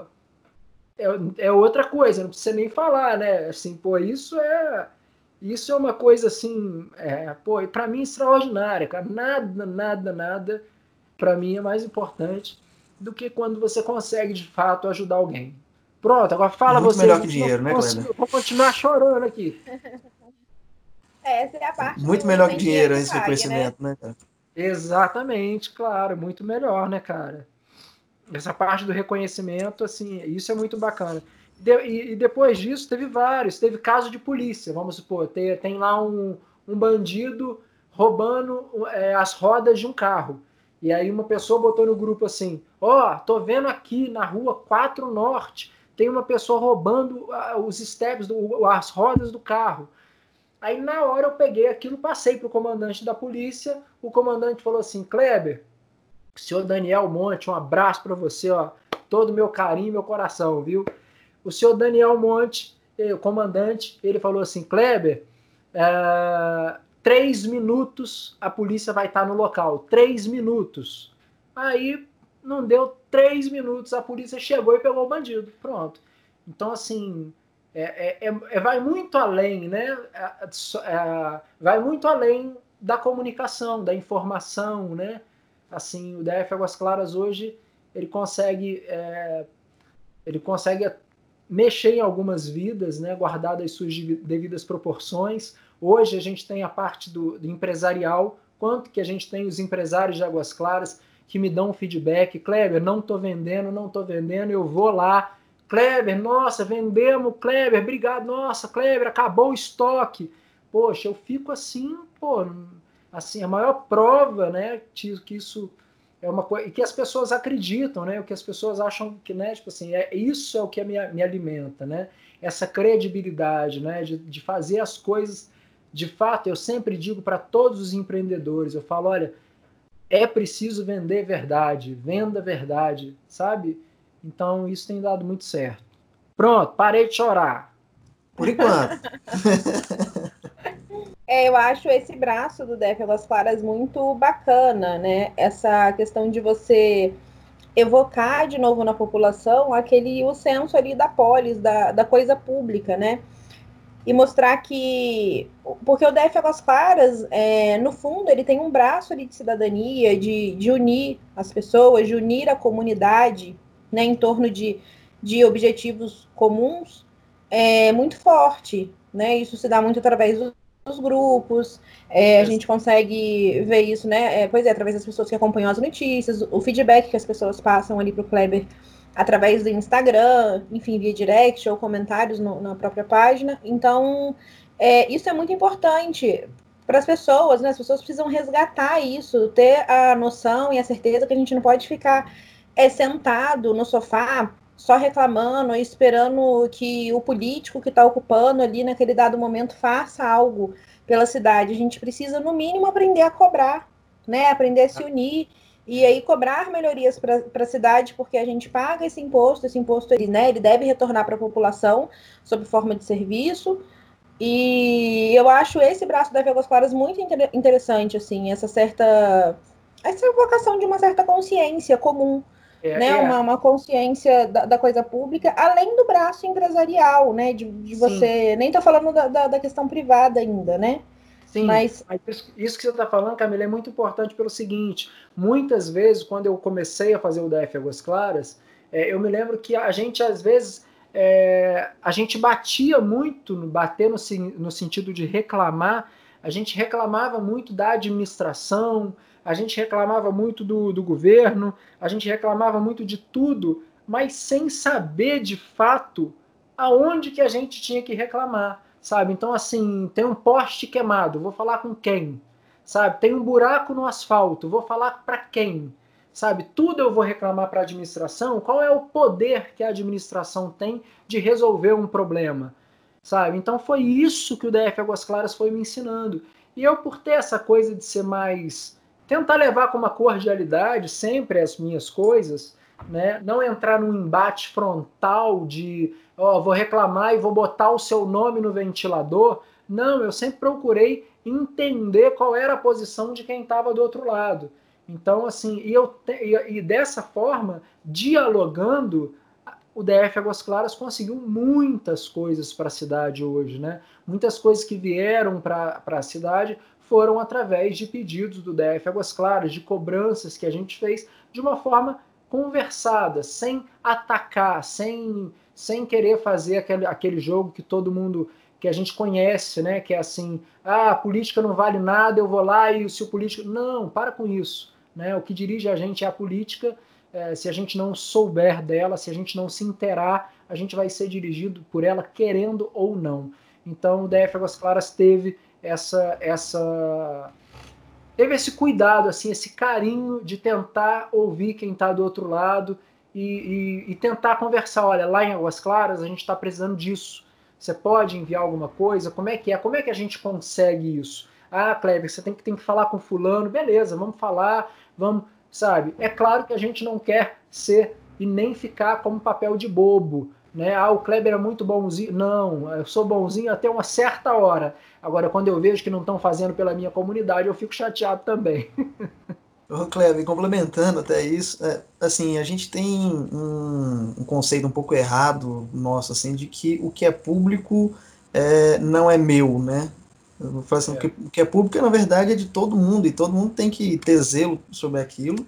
é outra coisa, não precisa nem falar, né? Assim, isso é uma coisa assim, para mim extraordinária, cara. Nada para mim é mais importante do que quando você consegue de fato ajudar alguém. Pronto, agora fala Muito você. melhor que dinheiro, né, Kleber? Eu vou continuar chorando aqui. Essa é a parte Muito do melhor que sem dinheiro dinheiro que esse pague, né? reconhecimento, né, cara? Exatamente, claro, muito melhor, né, cara? Essa parte do reconhecimento, assim, isso é muito bacana. E depois disso teve caso de polícia, vamos supor, tem lá um bandido roubando as rodas de um carro. E aí uma pessoa botou no grupo assim, tô vendo aqui na rua 4 Norte, tem uma pessoa roubando os steps, as rodas do carro. Aí na hora eu peguei aquilo, passei para o comandante da polícia, o comandante falou assim, Kleber, senhor Daniel Monte, um abraço para você, ó, todo o meu carinho, meu coração, viu? O senhor Daniel Monte, o comandante, ele falou assim, Kleber, 3 minutos a polícia vai estar no local, 3 minutos. Aí não deu 3 minutos, a polícia chegou e pegou o bandido, pronto. Então, assim, vai muito além, né? Vai muito além da comunicação, da informação, né? Assim, o DF Águas Claras hoje, ele consegue mexer em algumas vidas, né, guardadas suas devidas proporções. Hoje a gente tem a parte do empresarial, quanto que a gente tem os empresários de Águas Claras que me dão um feedback, Kleber, não estou vendendo, eu vou lá, Kleber, nossa, vendemos, Kleber, obrigado, nossa, Kleber, acabou o estoque. Poxa, eu fico assim, pô, assim, a maior prova, né, que isso é uma coisa, e que as pessoas acreditam, né? O que as pessoas acham que, né? Tipo assim, isso é o que me alimenta, né? Essa credibilidade, né? De fazer as coisas. De fato, eu sempre digo para todos os empreendedores, eu falo, olha, é preciso vender verdade, venda verdade, sabe? Então, isso tem dado muito certo. Pronto, parei de chorar. Por enquanto. Eu acho esse braço do DF Águas Claras muito bacana, né? Essa questão de você evocar de novo na população o senso ali da polis, da coisa pública, né? E mostrar que... Porque o DF Águas Claras, no fundo, ele tem um braço ali de cidadania, de unir as pessoas, de unir a comunidade, né, em torno de objetivos comuns, muito forte, né? Isso se dá muito através dos grupos, a gente consegue ver isso, né? Pois é, através das pessoas que acompanham as notícias, o feedback que as pessoas passam ali para o Kleber através do Instagram, enfim, via direct ou comentários na própria página. Então, isso é muito importante para as pessoas, né? As pessoas precisam resgatar isso, ter a noção e a certeza que a gente não pode ficar sentado no sofá só reclamando, esperando que o político que está ocupando ali naquele dado momento faça algo pela cidade. A gente precisa, no mínimo, aprender a cobrar, né? Aprender a se unir e aí cobrar melhorias para a cidade, porque a gente paga esse imposto ele, né, ele deve retornar para a população sob forma de serviço. E eu acho esse braço da Águas Claras muito interessante, assim, essa evocação de uma certa consciência comum, né, uma consciência da coisa pública, além do braço empresarial, né, de você, nem tô falando da questão privada ainda, né? Sim, mas isso que você está falando, Camila, é muito importante pelo seguinte, muitas vezes, quando eu comecei a fazer o DF Águas Claras, eu me lembro que a gente, às vezes, a gente batia muito, bater no sentido de reclamar, a gente reclamava muito da administração, a gente reclamava muito do governo, a gente reclamava muito de tudo, mas sem saber, de fato, aonde que a gente tinha que reclamar. Sabe? Então, assim, tem um poste queimado, vou falar com quem? Sabe? Tem um buraco no asfalto, vou falar para quem? Sabe? Tudo eu vou reclamar para a administração. Qual é o poder que a administração tem de resolver um problema? Sabe? Então, foi isso que o DF Águas Claras foi me ensinando. E eu, por ter essa coisa de ser mais... tentar levar com uma cordialidade sempre as minhas coisas, né? Não entrar num embate frontal de vou reclamar e vou botar o seu nome no ventilador. Não, eu sempre procurei entender qual era a posição de quem estava do outro lado. Então, assim, e dessa forma, dialogando, o DF Águas Claras conseguiu muitas coisas para a cidade hoje, né? Muitas coisas que vieram para a cidade foram através de pedidos do DF Águas Claras, de cobranças que a gente fez de uma forma conversada, sem atacar, sem querer fazer aquele jogo que todo mundo, que a gente conhece, né? Que é assim, a política não vale nada, eu vou lá e se o político... Não, para com isso. Né? O que dirige a gente é a política, se a gente não souber dela, se a gente não se inteirar, a gente vai ser dirigido por ela, querendo ou não. Então o DF Águas Claras teve teve esse cuidado, assim, esse carinho de tentar ouvir quem está do outro lado e tentar conversar. Olha, lá em Águas Claras a gente está precisando disso, Você pode enviar alguma coisa? Como é que é? Como é que a gente consegue isso? Ah, Kleber, você tem que falar com fulano. Beleza, vamos falar, vamos, sabe? É claro que a gente não quer ser e nem ficar como papel de bobo, né? Ah, o Kleber é muito bonzinho. Não, eu sou bonzinho até uma certa hora. Agora, quando eu vejo que não estão fazendo pela minha comunidade, eu fico chateado também. Ô, Cleber, complementando até isso, assim, a gente tem um conceito um pouco errado nosso, assim, de que o que é público não é meu, né? Eu vou falar assim, o que é público, na verdade, é de todo mundo, e todo mundo tem que ter zelo sobre aquilo,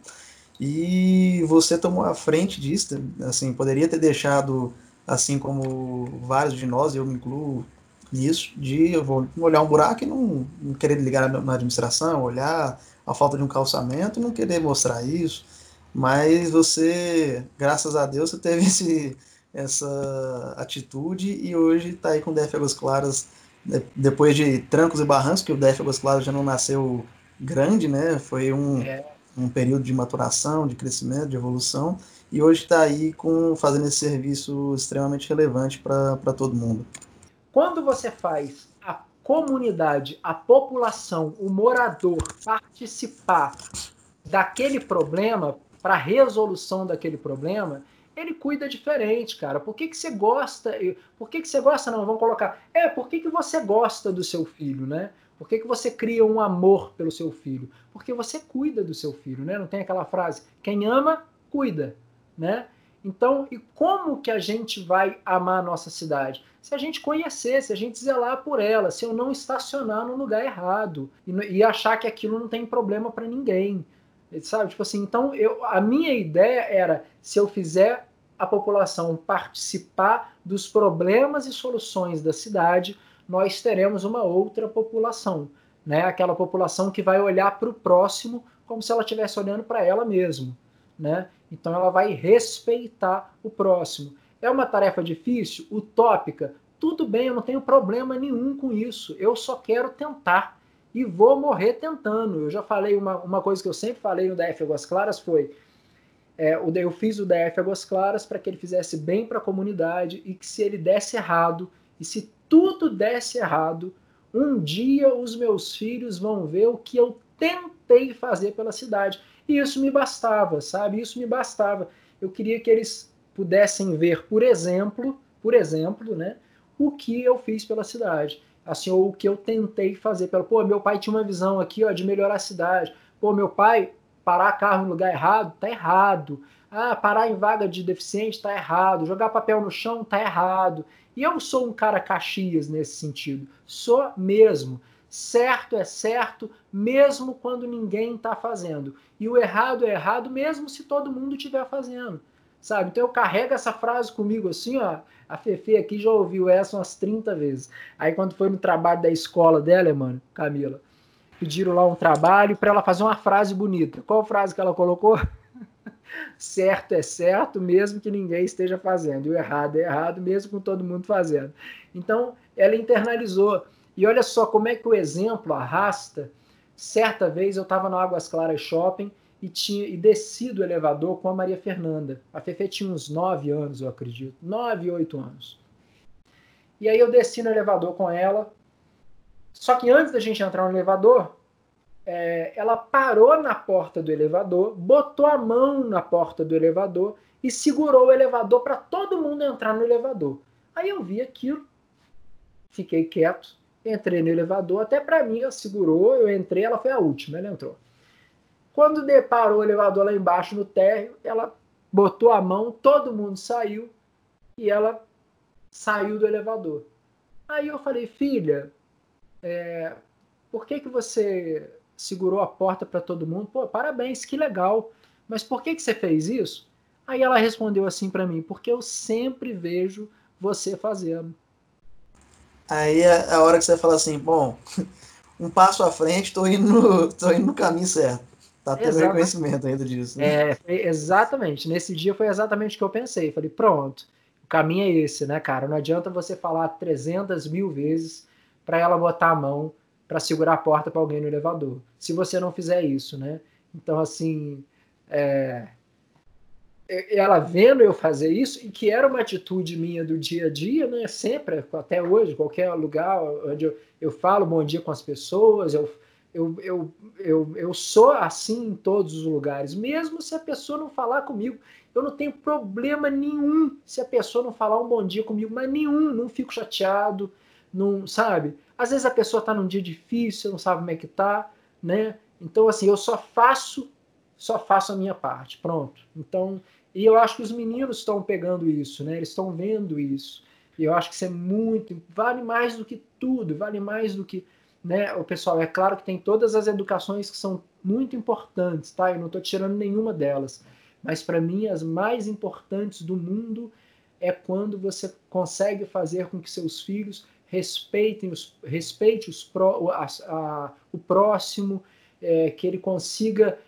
e você tomou a frente disso, assim, poderia ter deixado, assim como vários de nós, eu me incluo nisso, de eu vou olhar um buraco e não querer ligar na administração, olhar a falta de um calçamento e não querer mostrar isso, mas você, graças a Deus, você teve essa atitude e hoje está aí com o DF Águas Claras, depois de trancos e barrancos, que o DF Águas Claras já não nasceu grande, né? Foi um período de maturação, de crescimento, de evolução, e hoje está aí fazendo esse serviço extremamente relevante para todo mundo. Quando você faz a comunidade, a população, o morador participar daquele problema, para a resolução daquele problema, ele cuida diferente, cara. Por que você gosta? Por que você gosta? Não, vamos colocar. Por que você gosta do seu filho, né? Por que você cria um amor pelo seu filho? Porque você cuida do seu filho, né? Não tem aquela frase, quem ama, cuida, né? Então, e como que a gente vai amar a nossa cidade? Se a gente conhecer, se a gente zelar por ela, se eu não estacionar no lugar errado e achar que aquilo não tem problema para ninguém, sabe? Tipo assim, então a minha ideia era, se eu fizer a população participar dos problemas e soluções da cidade, nós teremos uma outra população, né? Aquela população que vai olhar para o próximo como se ela estivesse olhando para ela mesma, né? Então ela vai respeitar o próximo. É uma tarefa difícil, utópica? Tudo bem, eu não tenho problema nenhum com isso. Eu só quero tentar e vou morrer tentando. Eu já falei uma coisa que eu sempre falei no DF Águas Claras foi eu fiz o DF Águas Claras para que ele fizesse bem para a comunidade e que se ele desse errado, e se tudo desse errado, um dia os meus filhos vão ver o que eu tentei fazer pela cidade. E isso me bastava, sabe? Isso me bastava. Eu queria que eles pudessem ver, por exemplo, né, o que eu fiz pela cidade. Assim, ou o que eu tentei fazer pela. Pô, meu pai tinha uma visão aqui, ó, de melhorar a cidade. Pô, meu pai parar carro no lugar errado, tá errado. Ah, parar em vaga de deficiente, tá errado. Jogar papel no chão, tá errado. E eu sou um cara Caxias nesse sentido. Sou mesmo. Certo é certo, mesmo quando ninguém tá fazendo. E o errado é errado, mesmo se todo mundo estiver fazendo. Sabe? Então eu carrego essa frase comigo assim, ó. A Fefe aqui já ouviu essa umas 30 vezes. Aí quando foi no trabalho da escola dela, mano, Camila, pediram lá um trabalho para ela fazer uma frase bonita. Qual frase que ela colocou? Certo é certo, mesmo que ninguém esteja fazendo. E o errado é errado, mesmo com todo mundo fazendo. Então, ela internalizou. E olha só como é que o exemplo arrasta. Certa vez eu estava no Águas Claras Shopping e desci do elevador com a Maria Fernanda. A Fefe tinha uns 9 anos, eu acredito. 9, 8 anos. E aí eu desci no elevador com ela. Só que antes da gente entrar no elevador, ela parou na porta do elevador, botou a mão na porta do elevador e segurou o elevador para todo mundo entrar no elevador. Aí eu vi aquilo, fiquei quieto, entrei no elevador, até para mim ela segurou, eu entrei, ela foi a última, ela entrou. Quando deparou o elevador lá embaixo no térreo, ela botou a mão, todo mundo saiu e ela saiu do elevador. Aí eu falei, filha, por que você segurou a porta para todo mundo? Pô, parabéns, que legal. Mas por que você fez isso? Aí ela respondeu assim para mim, porque eu sempre vejo você fazendo. Aí é a hora que você fala assim, bom, um passo à frente, tô indo no caminho certo. Tá tendo reconhecimento ainda disso. Né? Exatamente. Nesse dia foi exatamente o que eu pensei. Falei, pronto, o caminho é esse, né, cara? Não adianta você falar 300 mil vezes para ela botar a mão para segurar a porta para alguém no elevador. Se você não fizer isso, né? Então, assim, ela vendo eu fazer isso, e que era uma atitude minha do dia a dia, né? Sempre, até hoje, qualquer lugar onde eu falo bom dia com as pessoas, eu sou assim em todos os lugares, mesmo se a pessoa não falar comigo. Eu não tenho problema nenhum se a pessoa não falar um bom dia comigo, mas nenhum, não fico chateado, não, sabe? Às vezes a pessoa está num dia difícil, não sabe como é que tá, né? Então, assim, eu só faço a minha parte, pronto. Então, e eu acho que os meninos estão pegando isso, né? Eles estão vendo isso. E eu acho que isso é muito, vale mais do que tudo, vale mais do que, né? O pessoal, é claro que tem todas as educações que são muito importantes, tá? Eu não estou tirando nenhuma delas, mas para mim as mais importantes do mundo é quando você consegue fazer com que seus filhos respeite o próximo, que ele consiga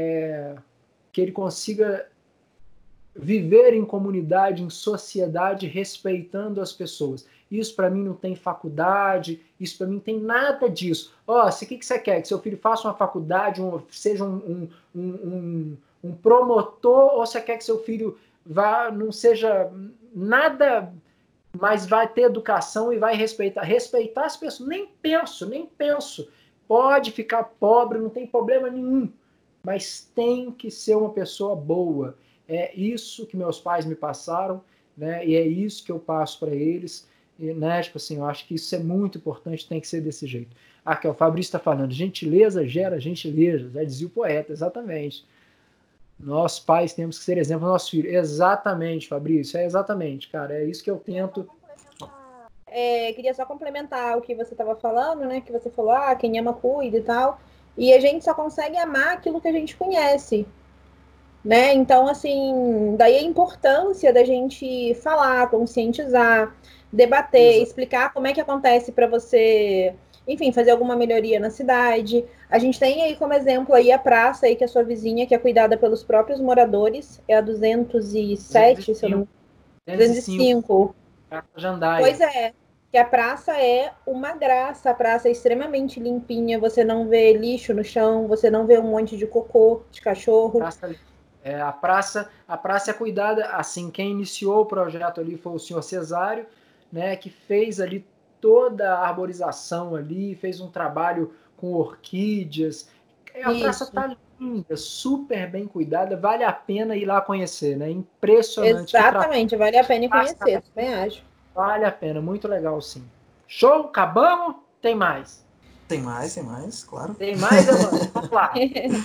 viver em comunidade, em sociedade, respeitando as pessoas. Isso para mim não tem faculdade, isso para mim não tem nada disso. Ó, o que você quer? Que seu filho faça uma faculdade, seja um promotor, ou você quer que seu filho não seja nada, mas vai ter educação e vai respeitar as pessoas? Nem penso. Pode ficar pobre, não tem problema nenhum, mas tem que ser uma pessoa boa. É isso que meus pais me passaram, né? E é isso que eu passo para eles. E, né? Tipo assim, eu acho que isso é muito importante, tem que ser desse jeito. Aqui, ó, o Fabrício está falando, gentileza gera gentileza, já dizia o poeta, exatamente. Nós pais temos que ser exemplo do nosso filho. Exatamente, Fabrício, é exatamente, cara, é isso que eu tento. Queria só complementar o que você estava falando, né? Que você falou, quem ama cuida e tal. E a gente só consegue amar aquilo que a gente conhece, né? Então, assim, daí a importância da gente falar, conscientizar, debater, Exato. explicar como é que acontece para você, enfim, fazer alguma melhoria na cidade. A gente tem aí como exemplo aí a praça aí que é a sua vizinha, que é cuidada pelos próprios moradores, é a 207, se eu não me 205, 205. Jandaia. Pois é, que a praça é uma graça, a praça é extremamente limpinha, você não vê lixo no chão, você não vê um monte de cocô de cachorro. A praça é cuidada, assim, quem iniciou o projeto ali foi o senhor Cesário, né, que fez ali toda a arborização ali, fez um trabalho com orquídeas. A praça Isso, está linda, super bem cuidada, vale a pena ir lá conhecer, né? Impressionante que trabalho. exatamente, vale a pena conhecer, também acho. Vale a pena, muito legal sim. Show? Acabamos? Tem mais? Tem mais, claro. Tem mais, Evandro? Vamos lá.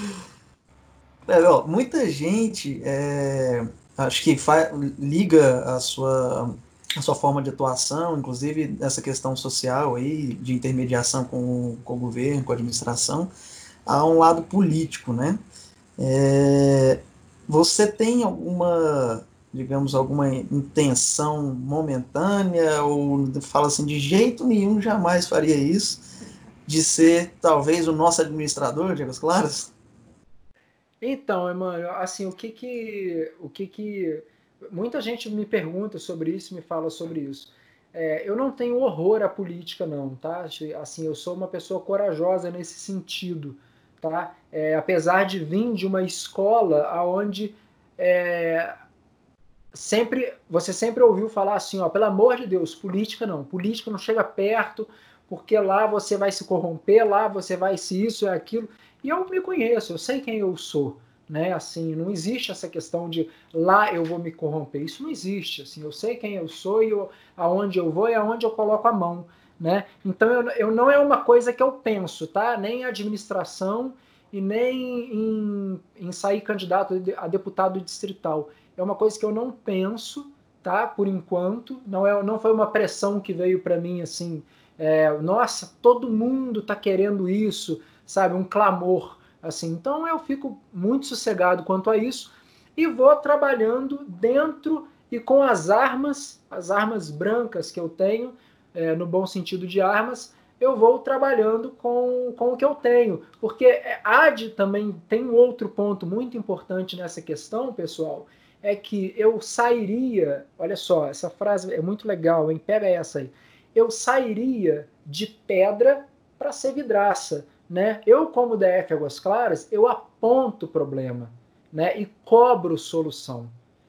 Ó, muita gente acho que liga a sua forma de atuação, inclusive essa questão social aí, de intermediação com o governo, com a administração, a um lado político, né? Você tem digamos, alguma intenção momentânea, ou fala assim, de jeito nenhum jamais faria isso, de ser talvez o nosso administrador de Águas Claras? Então, Emmanuel, assim, o que muita gente me pergunta sobre isso, me fala sobre isso. Eu não tenho horror à política, não, tá? Assim, eu sou uma pessoa corajosa nesse sentido, tá? Apesar de vir de uma escola aonde você sempre ouviu falar assim, ó, pelo amor de Deus, política não chega perto, porque lá você vai se corromper, lá você vai se isso e aquilo. E eu me conheço, eu sei quem eu sou, né? Assim, não existe essa questão de lá eu vou me corromper. Isso não existe, assim, eu sei quem eu sou e aonde eu vou e aonde eu coloco a mão, né? Então eu não é uma coisa que eu penso, tá? Nem em administração e nem em sair candidato a deputado distrital. É uma coisa que eu não penso, tá? Por enquanto, não foi uma pressão que veio para mim assim, nossa, todo mundo está querendo isso, sabe? Um clamor, assim. Então eu fico muito sossegado quanto a isso e vou trabalhando dentro e com as armas brancas que eu tenho, no bom sentido de armas, eu vou trabalhando com o que eu tenho. Porque também tem um outro ponto muito importante nessa questão, pessoal, é que eu sairia, olha só, essa frase é muito legal, hein? Pega essa aí. Eu sairia de pedra para ser vidraça, né? Eu, como DF Águas Claras, eu aponto o problema, né? E cobro solução.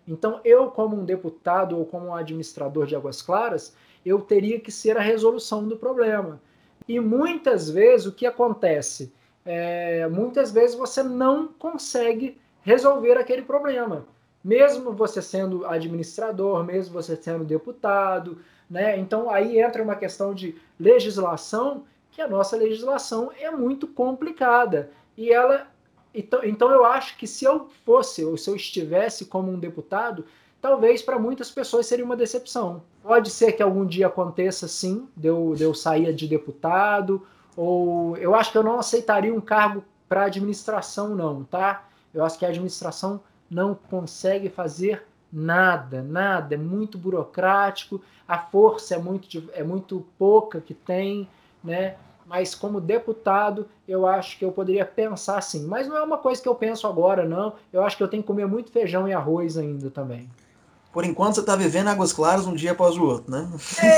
Então, eu, como um deputado ou como um administrador de Águas Claras, eu teria que ser a resolução do problema. E muitas vezes o que acontece? Muitas vezes você não consegue resolver aquele problema. Mesmo você sendo administrador, mesmo você sendo deputado, né? Então aí entra uma questão de legislação, que a nossa legislação é muito complicada. E ela. Então eu acho que se eu fosse, ou se eu estivesse como um deputado, talvez para muitas pessoas seria uma decepção. Pode ser que algum dia aconteça, sim, de eu sair de deputado, ou eu acho que eu não aceitaria um cargo para administração, não, tá? Eu acho que a administração não consegue fazer nada, nada, é muito burocrático, a força é muito pouca que tem, né? Mas como deputado, eu acho que eu poderia pensar assim. Mas não é uma coisa que eu penso agora, não. Eu acho que eu tenho que comer muito feijão e arroz ainda também. Por enquanto você está vivendo Águas Claras um dia após o outro, né?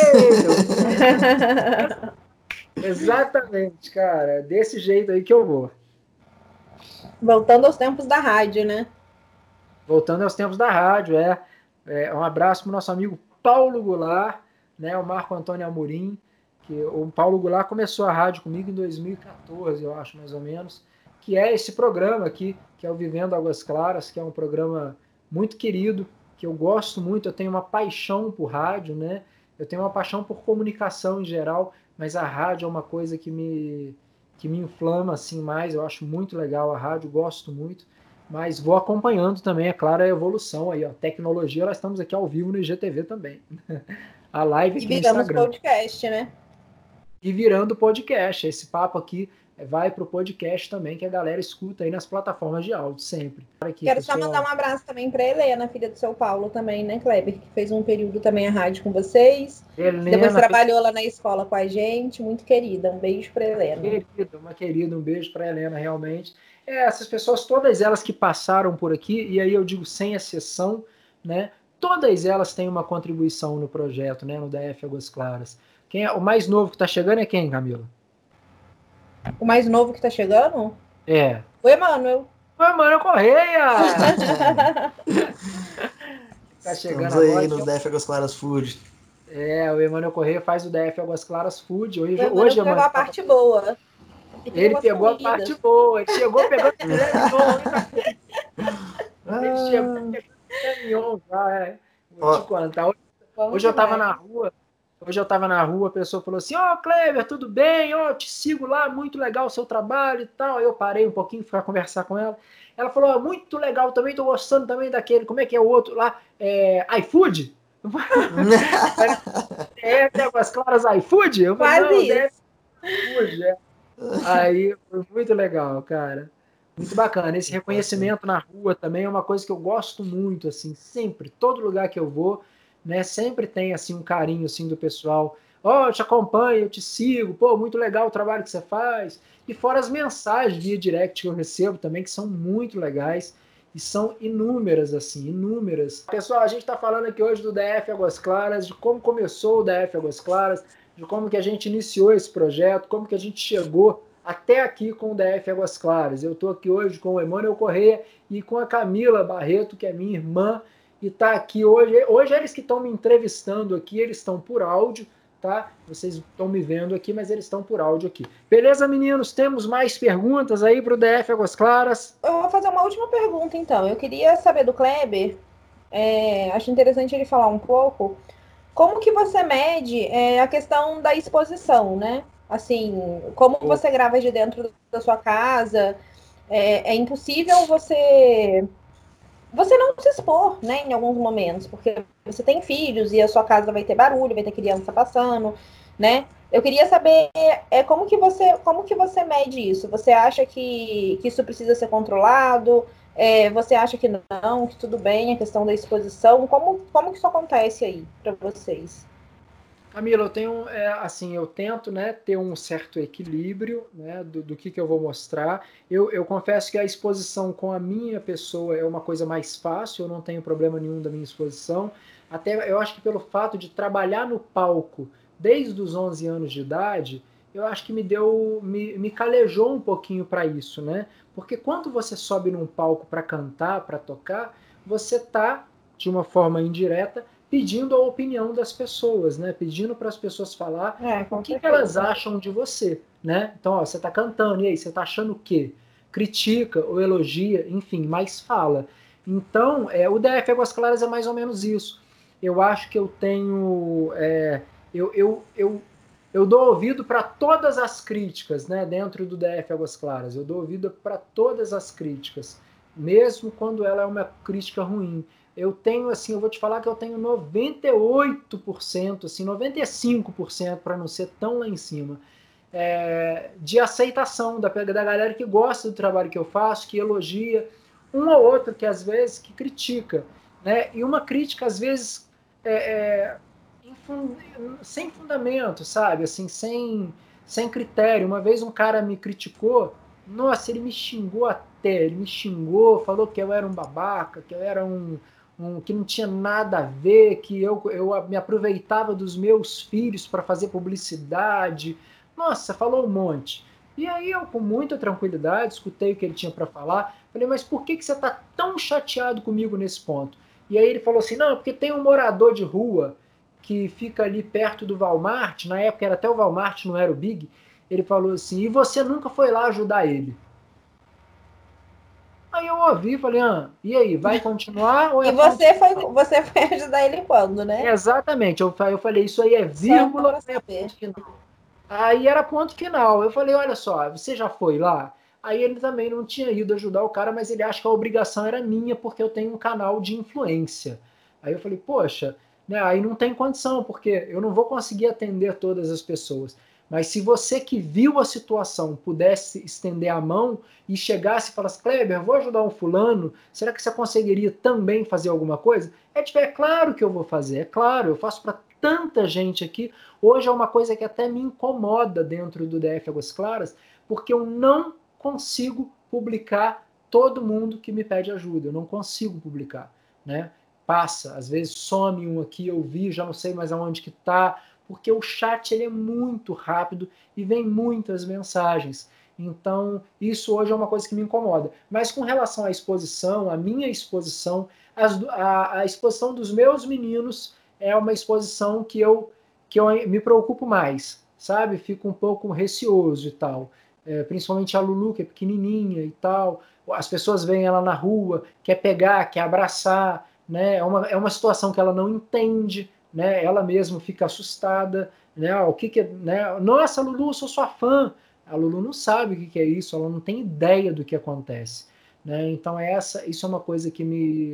Exatamente, cara. Desse jeito aí que eu vou. Voltando aos tempos da rádio, né? Voltando aos tempos da rádio, um abraço para o nosso amigo Paulo Goulart, né, o Marco Antônio Amorim, que o Paulo Goulart começou a rádio comigo em 2014, eu acho, mais ou menos, que é esse programa aqui, que é o Vivendo Águas Claras, que é um programa muito querido, que eu gosto muito, eu tenho uma paixão por rádio, né? Eu tenho uma paixão por comunicação em geral, mas a rádio é uma coisa que me inflama assim mais, eu acho muito legal a rádio, gosto muito. Mas vou acompanhando também, é claro, a evolução aí, ó. Tecnologia, nós estamos aqui ao vivo no IGTV também. A live E aqui no viramos Instagram. podcast, né? E virando podcast. Esse papo aqui vai para o podcast também, que a galera escuta aí nas plataformas de áudio, sempre. Aqui, Quero só pessoal. mandar um abraço também para Helena, filha do seu Paulo também, né, Kleber? Que fez um período também a rádio com vocês. Helena, Depois trabalhou lá na escola com a gente. Muito querida. Um beijo para Helena. Uma querida, um beijo para Helena, realmente. Essas pessoas, todas elas que passaram por aqui, e aí eu digo sem exceção, né? Todas elas têm uma contribuição no projeto, né? No DF Águas Claras. Quem é o mais novo que está chegando é quem, Camila? O mais novo que tá chegando? É. O Emanuel. Oi, Mano Correia! Tá chegando Estamos aí agora. no DF Águas Claras Food. O Emanuel Correia faz o DF Águas Claras Food. O Emanuel pegou a parte boa. Ele pegou a parte boa. Ele chegou pegando o filé mignon. Ele chegou pegando o filé mignon já, Vou te contar. Hoje eu tava na rua. Hoje eu estava na rua, a pessoa falou assim, Kleber, tudo bem? Eu te sigo lá, muito legal o seu trabalho e tal. Aí eu parei um pouquinho para conversar com ela. Ela falou, muito legal também, estou gostando também daquele, como é que é o outro lá? iFood? Águas Claras iFood? Eu falei, não, DF iFood. Aí foi muito legal, cara. Muito bacana. Esse reconhecimento na rua também é uma coisa que eu gosto muito, assim, sempre, todo lugar que eu vou, né, sempre tem assim um carinho assim do pessoal. Eu te acompanho, eu te sigo, pô, muito legal o trabalho que você faz. E fora as mensagens via direct que eu recebo também, que são muito legais e são inúmeras assim, inúmeras. Pessoal, a gente está falando aqui hoje do DF Águas Claras, de como começou o DF Águas Claras, de como que a gente iniciou esse projeto, como que a gente chegou até aqui com o DF Águas Claras. Eu estou aqui hoje com o Emanuel Correia e com a Camila Barreto, que é minha irmã, e está aqui hoje. Hoje eles que estão me entrevistando aqui, eles estão por áudio, tá? Vocês estão me vendo aqui, mas eles estão por áudio aqui. Beleza, meninos? Temos mais perguntas aí para o DF Águas Claras? Eu vou fazer uma última pergunta, então. Eu queria saber do Kleber, acho interessante ele falar um pouco, como que você mede a questão da exposição, né? Assim, como você grava de dentro da sua casa, é impossível você não se expor, né, em alguns momentos, porque você tem filhos e a sua casa vai ter barulho, vai ter criança passando, né? Eu queria saber como que você mede isso? Você acha que isso precisa ser controlado? Você acha que não, que tudo bem, a questão da exposição? Como que isso acontece aí para vocês? Camila, eu tenho, eu tento, né, ter um certo equilíbrio, né, do que eu vou mostrar. Eu confesso que a exposição com a minha pessoa é uma coisa mais fácil, eu não tenho problema nenhum da minha exposição. Até eu acho que pelo fato de trabalhar no palco desde os 11 anos de idade, eu acho que me calejou um pouquinho para isso, né? Porque quando você sobe num palco para cantar, para tocar, você está de uma forma indireta, pedindo a opinião das pessoas, né? Pedindo para as pessoas falar o que elas acham de você, né? Então, ó, você está cantando, e aí, você está achando o quê? Critica ou elogia, enfim, mas fala. Então, o DF Águas Claras é mais ou menos isso. Eu acho que eu tenho... eu dou ouvido para todas as críticas, né, dentro do DF Águas Claras. Eu dou ouvido para todas as críticas, mesmo quando ela é uma crítica ruim. Eu tenho, assim, eu vou te falar que eu tenho 98%, assim, 95%, para não ser tão lá em cima, de aceitação da galera que gosta do trabalho que eu faço, que elogia, um ou outro que às vezes que critica, né? E uma crítica às vezes sem fundamento, sabe? Assim, sem critério. Uma vez um cara me criticou, nossa, ele me xingou até, ele me xingou, falou que eu era um babaca, que eu era que não tinha nada a ver, que eu me aproveitava dos meus filhos para fazer publicidade. Nossa, falou um monte. E aí eu, com muita tranquilidade, escutei o que ele tinha para falar. Falei, mas por que você está tão chateado comigo nesse ponto? E aí ele falou assim, não, porque tem um morador de rua que fica ali perto do Walmart, na época era até o Walmart, não era o Big, ele falou assim, e você nunca foi lá ajudar ele. Aí eu ouvi e falei, e aí, vai continuar? Ou e você foi ajudar ele quando, né? Exatamente, eu falei, isso aí é vírgula, é ponto final. Aí era ponto final. Eu falei, olha só, você já foi lá? Aí ele também não tinha ido ajudar o cara, mas ele acha que a obrigação era minha porque eu tenho um canal de influência. Aí eu falei, poxa, né, aí não tem condição, porque eu não vou conseguir atender todas as pessoas. Mas se você que viu a situação pudesse estender a mão e chegasse e falasse, Kleber, vou ajudar um fulano, será que você conseguiria também fazer alguma coisa? É claro que eu vou fazer, é claro, eu faço para tanta gente aqui. Hoje é uma coisa que até me incomoda dentro do DF Águas Claras, porque eu não consigo publicar todo mundo que me pede ajuda, eu não consigo publicar, né? Passa, às vezes some um aqui, eu vi, já não sei mais aonde que tá, porque o chat ele é muito rápido e vem muitas mensagens. Então, isso hoje é uma coisa que me incomoda. Mas com relação à exposição, a minha exposição, a exposição dos meus meninos é uma exposição que eu me preocupo mais, sabe? Fico um pouco receoso e tal. Principalmente a Lulu, que é pequenininha e tal. As pessoas veem ela na rua, quer pegar, quer abraçar, né? É uma situação que ela não entende, né? Ela mesma fica assustada, né? O que né? Nossa, Lulu, eu sou sua fã. A Lulu não sabe o que é isso, ela não tem ideia do que acontece, né? Então isso é uma coisa que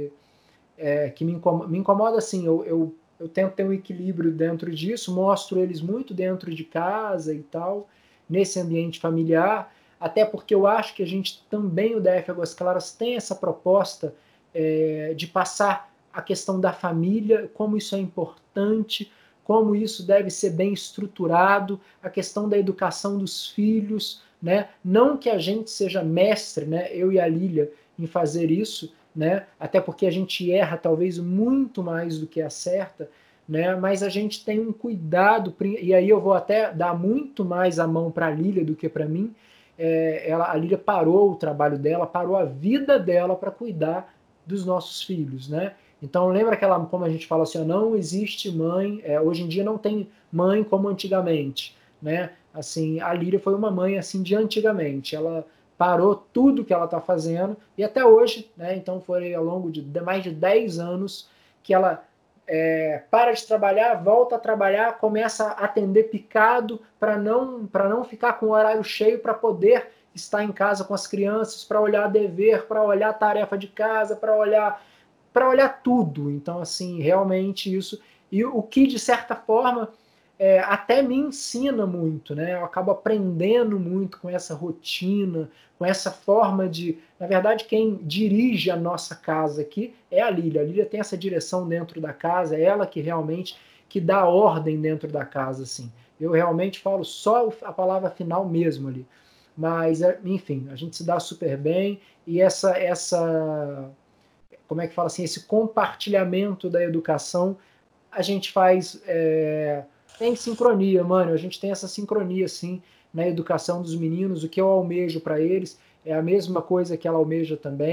me incomoda assim. Eu tento ter um equilíbrio dentro disso, mostro eles muito dentro de casa e tal, nesse ambiente familiar, até porque eu acho que a gente também, o DF Águas Claras, tem essa proposta de passar a questão da família, como isso é importante, como isso deve ser bem estruturado, a questão da educação dos filhos, né? Não que a gente seja mestre, né? Eu e a Lília, em fazer isso, né? Até porque a gente erra talvez muito mais do que acerta, né? Mas a gente tem um cuidado, e aí eu vou até dar muito mais a mão para a Lília do que para mim. A Lília parou o trabalho dela, parou a vida dela para cuidar dos nossos filhos, né? Então lembra como a gente fala assim, não existe mãe, hoje em dia não tem mãe como antigamente, né? Assim, a Lília foi uma mãe assim de antigamente, ela parou tudo que ela está fazendo, e até hoje, né, então foi ao longo de mais de 10 anos que ela para de trabalhar, volta a trabalhar, começa a atender picado para não ficar com o horário cheio, para poder estar em casa com as crianças, para olhar dever, para olhar a tarefa de casa, para olhar tudo. Então, assim, realmente isso. E o que, de certa forma, até me ensina muito, né? Eu acabo aprendendo muito com essa rotina, com essa forma de... Na verdade, quem dirige a nossa casa aqui é a Lília. A Lília tem essa direção dentro da casa, é ela que realmente que dá ordem dentro da casa, assim. Eu realmente falo só a palavra final mesmo ali. Mas, enfim, a gente se dá super bem e como é que fala assim, esse compartilhamento da educação a gente faz tem sincronia, mano. A gente tem essa sincronia, assim, na educação dos meninos. O que eu almejo para eles é a mesma coisa que ela almeja também.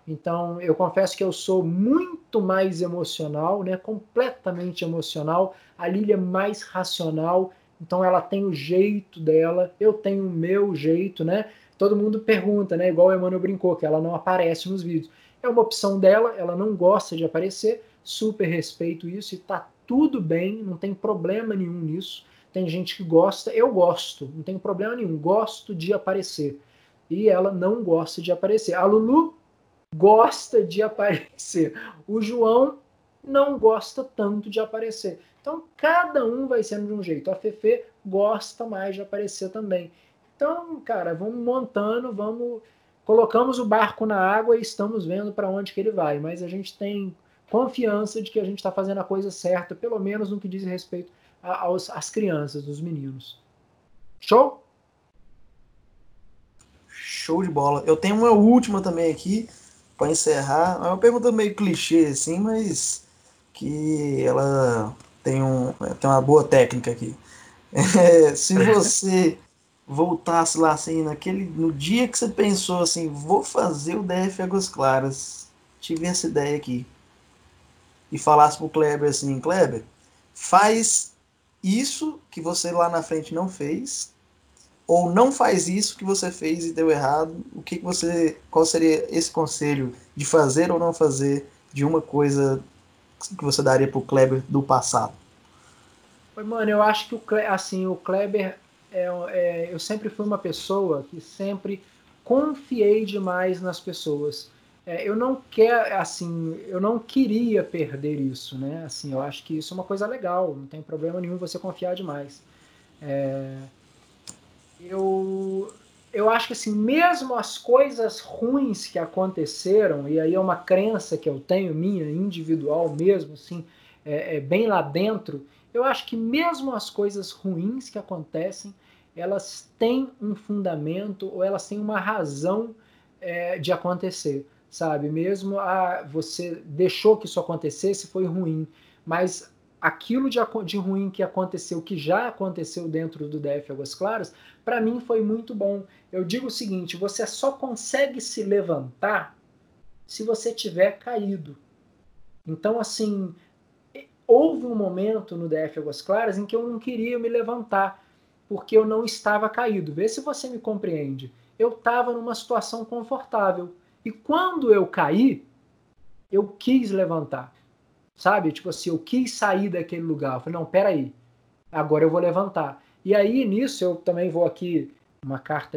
Então, eu confesso que eu sou muito mais emocional, né? Completamente emocional. A Lília é mais racional, então ela tem o jeito dela, eu tenho o meu jeito, né? Todo mundo pergunta, né? Igual a Emmanuel brincou, que ela não aparece nos vídeos. É uma opção dela, ela não gosta de aparecer, super respeito isso e tá tudo bem, não tem problema nenhum nisso. Tem gente que gosta, eu gosto, não tem problema nenhum, gosto de aparecer. E ela não gosta de aparecer. A Lulu gosta de aparecer. O João não gosta tanto de aparecer. Então, cada um vai sendo de um jeito. A Fefe gosta mais de aparecer também. Então, cara, vamos montando, vamos colocamos o barco na água e estamos vendo para onde que ele vai. Mas a gente tem confiança de que a gente está fazendo a coisa certa, pelo menos no que diz respeito às crianças, dos meninos. Show? Show de bola. Eu tenho uma última também aqui para encerrar. É uma pergunta meio clichê assim, mas que ela tem uma boa técnica aqui. Se você voltasse lá assim, no dia que você pensou assim, vou fazer o DF Águas Claras, tive essa ideia aqui, e falasse pro Kleber assim, Kleber, faz isso que você lá na frente não fez, ou não faz isso que você fez e deu errado, qual seria esse conselho de fazer ou não fazer de uma coisa que você daria pro Kleber do passado? Mano, eu acho que o Kleber eu sempre fui uma pessoa que sempre confiei demais nas pessoas. Eu não quero, assim, eu não queria perder isso, né? Assim, eu acho que isso é uma coisa legal, não tem problema nenhum você confiar demais. Eu, eu acho que assim, mesmo as coisas ruins que aconteceram, e aí é uma crença que eu tenho, minha, individual mesmo, assim, bem lá dentro, eu acho que mesmo as coisas ruins que acontecem, elas têm um fundamento ou elas têm uma razão de acontecer, sabe? Mesmo você deixou que isso acontecesse, foi ruim, mas aquilo de ruim que aconteceu, que já aconteceu dentro do DF Águas Claras, para mim foi muito bom. Eu digo o seguinte: você só consegue se levantar se você tiver caído. Então, assim, houve um momento no DF Águas Claras em que eu não queria me levantar, porque eu não estava caído. Vê se você me compreende. Eu estava numa situação confortável. E quando eu caí, eu quis levantar. Sabe? Tipo assim, eu quis sair daquele lugar. Eu falei, não, peraí, agora eu vou levantar. E aí, nisso, eu também vou aqui, uma carta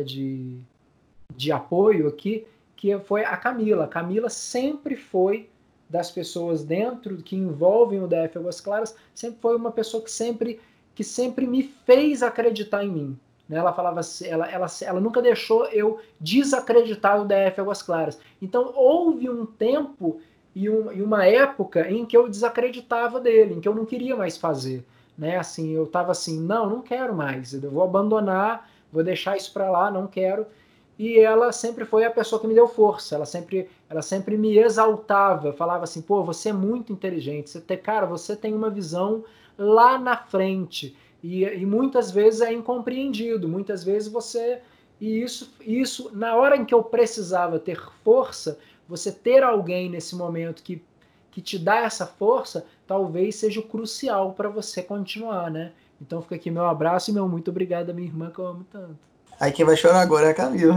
de apoio aqui, que foi a Camila. A Camila sempre foi das pessoas dentro, que envolvem o DF Águas Claras, sempre foi uma pessoa que sempre me fez acreditar em mim. Né? Ela falava assim, ela nunca deixou eu desacreditar no DF Águas Claras. Então, houve um tempo e uma época em que eu desacreditava dele, em que eu não queria mais fazer. Né? Assim, eu estava assim, não quero mais, eu vou abandonar, vou deixar isso para lá, não quero. E ela sempre foi a pessoa que me deu força, ela sempre me exaltava, falava assim, pô, você é muito inteligente, cara, você tem uma visão lá na frente, e muitas vezes é incompreendido, muitas vezes você, e isso, na hora em que eu precisava ter força, você ter alguém nesse momento que te dá essa força, talvez seja o crucial para você continuar, né? Então fica aqui meu abraço e meu muito obrigado à minha irmã que eu amo tanto. Aí quem vai chorar agora é a Camila.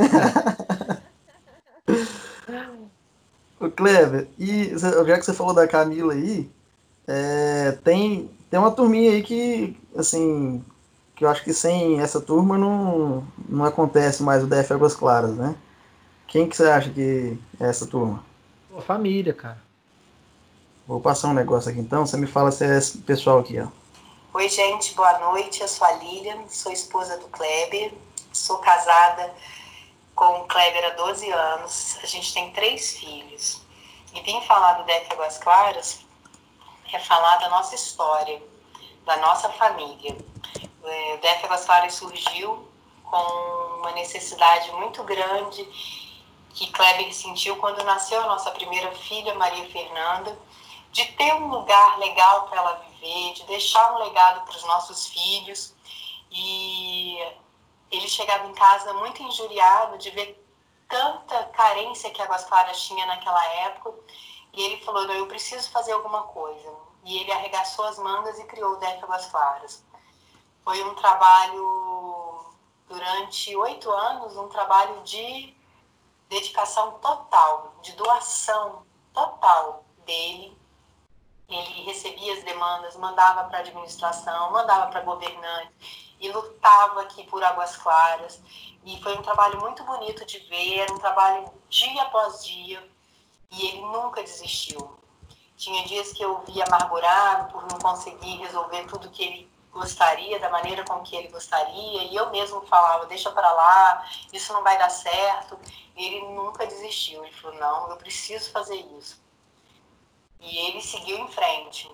O Kleber, já que você falou da Camila aí, tem uma turminha aí que, assim, que eu acho que sem essa turma não acontece mais o DF Águas Claras, né? Quem que você acha que é essa turma? Pô, família, cara. Vou passar um negócio aqui então, você me fala se é esse pessoal aqui, ó. Oi, gente, boa noite. Eu sou a Lilian, sou esposa do Kleber, sou casada com o Kleber há 12 anos, a gente tem 3 filhos. E vim falar do DF Águas Claras é falar da nossa história, da nossa família. O DF Águas Claras surgiu com uma necessidade muito grande que Kleber sentiu quando nasceu a nossa primeira filha, Maria Fernanda, de ter um lugar legal para ela viver, de deixar um legado para os nossos filhos. E ele chegava em casa muito injuriado de ver tanta carência que Águas Claras tinha naquela época, e ele falou, não, eu preciso fazer alguma coisa. E ele arregaçou as mangas e criou o DF Águas Claras. Foi um trabalho, durante 8 anos, um trabalho de dedicação total, de doação total dele. Ele recebia as demandas, mandava para a administração, mandava para governantes e lutava aqui por Águas Claras. E foi um trabalho muito bonito de ver, era um trabalho dia após dia, e ele nunca desistiu. Tinha dias que eu via amargurado por não conseguir resolver tudo que ele gostaria, da maneira com que ele gostaria, e eu mesmo falava, deixa para lá, isso não vai dar certo. E ele nunca desistiu, ele falou, não, eu preciso fazer isso. E ele seguiu em frente.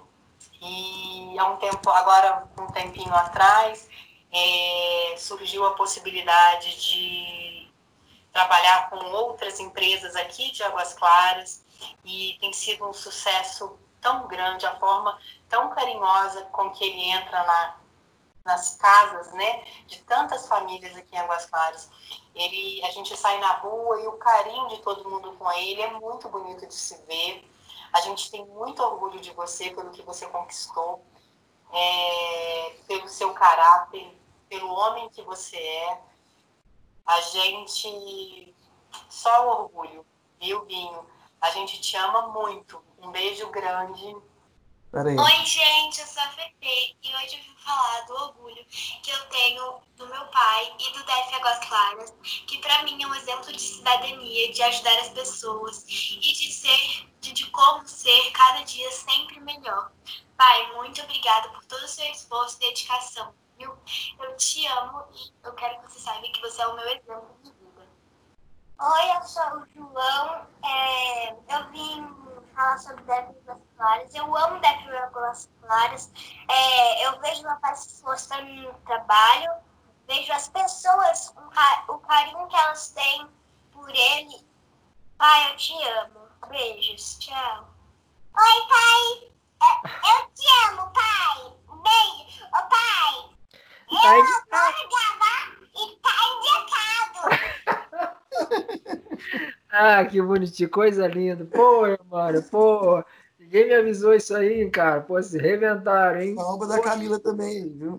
E há um tempo, agora um tempinho atrás, surgiu a possibilidade de trabalhar com outras empresas aqui de Águas Claras, e tem sido um sucesso tão grande, a forma tão carinhosa com que ele entra nas casas, né, de tantas famílias aqui em Águas Claras. A gente sai na rua e o carinho de todo mundo com ele é muito bonito de se ver. A gente tem muito orgulho de você, pelo que você conquistou, pelo seu caráter, pelo homem que você é. A gente só orgulho, viu, Binho? A gente te ama muito. Um beijo grande. Oi, gente, eu sou a Fefe e hoje eu vim falar do orgulho que eu tenho do meu pai e do DF Águas Claras, que para mim é um exemplo de cidadania, de ajudar as pessoas e de como ser cada dia sempre melhor. Pai, muito obrigada por todo o seu esforço e dedicação, viu? Eu te amo e eu quero que você saiba que você é o meu exemplo de vida. Oi, eu sou o João. Eu vim falar sobre DF Águas Claras. Eu amo DF Águas Claras. Eu vejo meu pai se esforçando no trabalho, vejo as pessoas, o carinho que elas têm por ele. Pai, eu te amo. Beijos. Tchau. Oi, pai. Eu te amo, pai. Um beijo. Ô, pai. Eu adoro gravar e tá indicado. Ah, que bonitinho, coisa linda. Pô, mano, pô, ninguém me avisou isso aí, cara. Pô, se reventaram, hein? A obra da Camila também, viu?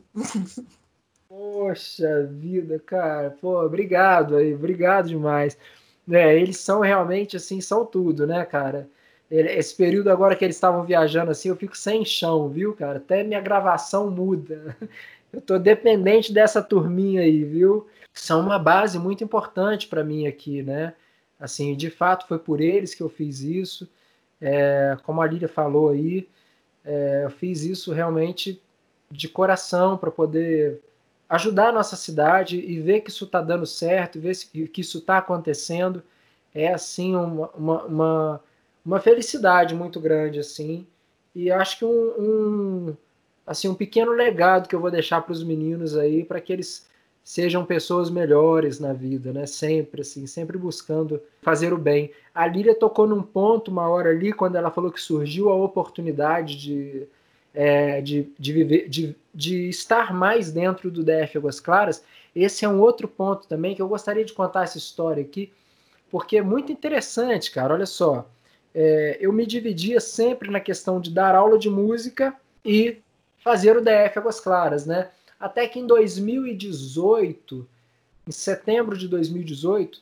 Poxa vida, cara. Pô, obrigado aí, obrigado demais. Eles são realmente, assim, são tudo, né, cara? Esse período agora que eles estavam viajando, assim, eu fico sem chão, viu, cara? Até minha gravação muda. Eu tô dependente dessa turminha aí, viu? São uma base muito importante para mim aqui, né? Assim, de fato foi por eles que eu fiz isso. Como a Lília falou aí, eu fiz isso realmente de coração para poder ajudar a nossa cidade e ver que isso está dando certo, ver que isso está acontecendo. É assim uma felicidade muito grande assim. E acho que assim, um pequeno legado que eu vou deixar para os meninos aí, para que eles sejam pessoas melhores na vida, né? Sempre assim, sempre buscando fazer o bem. A Lília tocou num ponto uma hora ali, quando ela falou que surgiu a oportunidade de viver, de estar mais dentro do DF Águas Claras. Esse é um outro ponto também que eu gostaria de contar essa história aqui, porque é muito interessante, cara. Olha só, eu me dividia sempre na questão de dar aula de música e fazer o DF Águas Claras, né? Até que em 2018, em setembro de 2018,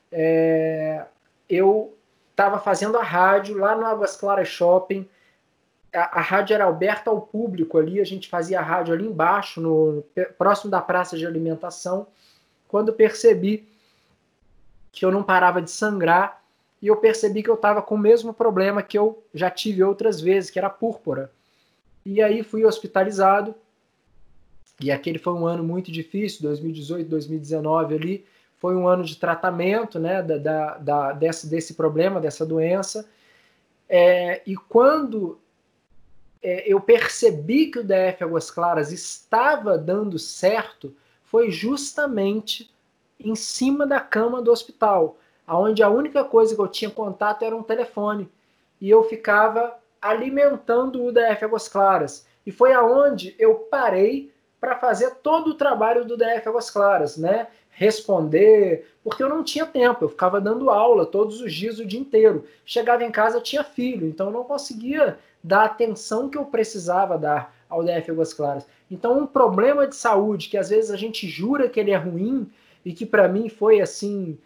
eu estava fazendo a rádio lá no Águas Claras Shopping. A rádio era aberta ao público ali, a gente fazia a rádio ali embaixo, próximo da praça de alimentação, quando percebi que eu não parava de sangrar e eu percebi que eu estava com o mesmo problema que eu já tive outras vezes, que era a púrpura. E aí fui hospitalizado, e aquele foi um ano muito difícil, 2018, 2019 ali, foi um ano de tratamento, né, desse problema, dessa doença. E quando eu percebi que o DF Águas Claras estava dando certo, foi justamente em cima da cama do hospital, onde a única coisa que eu tinha contato era um telefone. E eu ficava alimentando o DF Águas Claras. E foi aonde eu parei para fazer todo o trabalho do DF Águas Claras, né? Responder, porque eu não tinha tempo, eu ficava dando aula todos os dias, o dia inteiro. Chegava em casa, tinha filho, então eu não conseguia dar a atenção que eu precisava dar ao DF Águas Claras. Então um problema de saúde, que às vezes a gente jura que ele é ruim, e que para mim foi assim,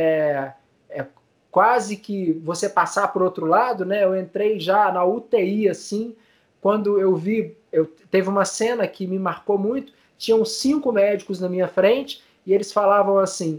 quase que você passar por outro lado, né? Eu entrei já na UTI, assim, quando eu vi, teve uma cena que me marcou muito, tinham 5 médicos na minha frente, e eles falavam assim,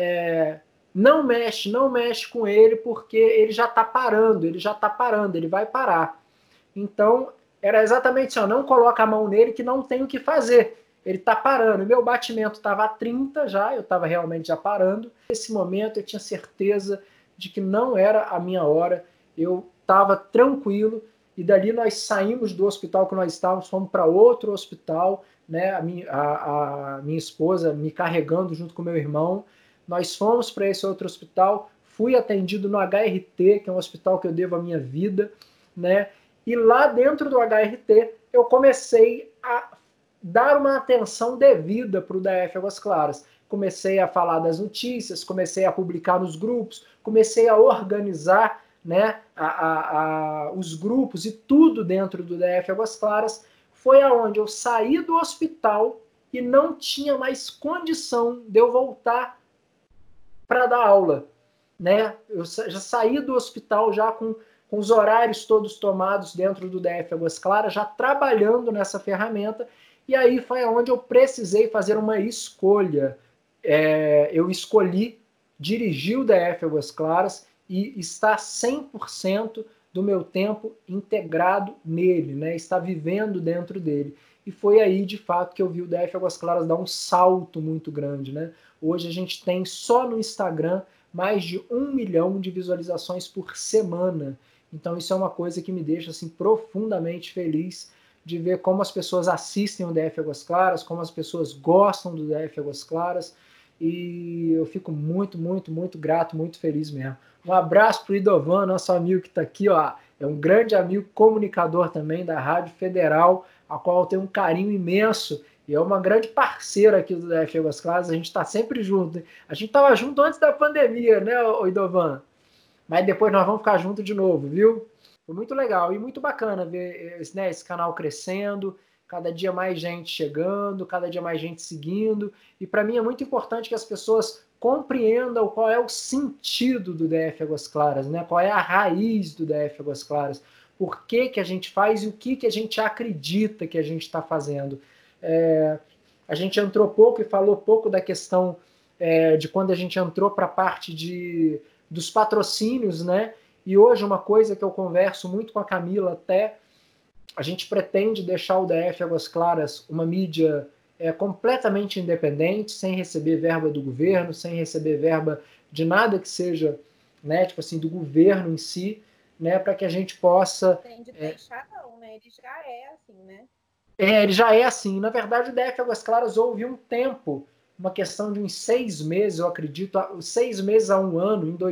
não mexe com ele, porque ele já está parando, ele vai parar. Então, era exatamente assim, ó, não coloca a mão nele que não tem o que fazer. Ele está parando. Meu batimento estava a 30 já, eu estava realmente já parando. Nesse momento eu tinha certeza de que não era a minha hora, eu estava tranquilo, e dali nós saímos do hospital que nós estávamos, fomos para outro hospital, né? A minha esposa me carregando junto com meu irmão. Nós fomos para esse outro hospital, fui atendido no HRT, que é um hospital que eu devo a minha vida, né? E lá dentro do HRT eu comecei a dar uma atenção devida para o DF Águas Claras. Comecei a falar das notícias, comecei a publicar nos grupos, comecei a organizar, né, os grupos e tudo dentro do DF Águas Claras. Foi aonde eu saí do hospital e não tinha mais condição de eu voltar para dar aula, né? Eu já saí do hospital já com os horários todos tomados dentro do DF Águas Claras, já trabalhando nessa ferramenta, e aí foi onde eu precisei fazer uma escolha. Eu escolhi dirigir o DF Águas Claras e estar 100% do meu tempo integrado nele, né? Estar vivendo dentro dele. E foi aí, de fato, que eu vi o DF Águas Claras dar um salto muito grande, né? Hoje a gente tem só no Instagram mais de 1 milhão de visualizações por semana. Então isso é uma coisa que me deixa assim, profundamente feliz de ver como as pessoas assistem o DF Águas Claras, como as pessoas gostam do DF Águas Claras, e eu fico muito, muito, muito grato, muito feliz mesmo. Um abraço para o Idovan, nosso amigo que está aqui, ó, é um grande amigo comunicador também da Rádio Federal, a qual eu tenho um carinho imenso, e é uma grande parceira aqui do DF Águas Claras, a gente está sempre junto. Hein? A gente estava junto antes da pandemia, né, Idovan? Mas depois nós vamos ficar juntos de novo, viu? Foi muito legal e muito bacana ver esse canal crescendo, cada dia mais gente chegando, cada dia mais gente seguindo. E para mim é muito importante que as pessoas compreendam qual é o sentido do DF Águas Claras, né? Qual é a raiz do DF Águas Claras, por que a gente faz e o que a gente acredita que a gente está fazendo. A gente entrou pouco e falou pouco da questão de quando a gente entrou para a parte dos patrocínios, né? E hoje uma coisa que eu converso muito com a Camila até, a gente pretende deixar o DF Águas Claras uma mídia completamente independente, sem receber verba do governo, sem receber verba de nada que seja, né, tipo assim, do governo em si, né, para que a gente possa... Tem de deixar não, né? Ele já é assim, né? Ele já é assim. Na verdade, o DF Águas Claras houve um tempo, uma questão de uns 6 meses, eu acredito, 6 meses a 1 ano, em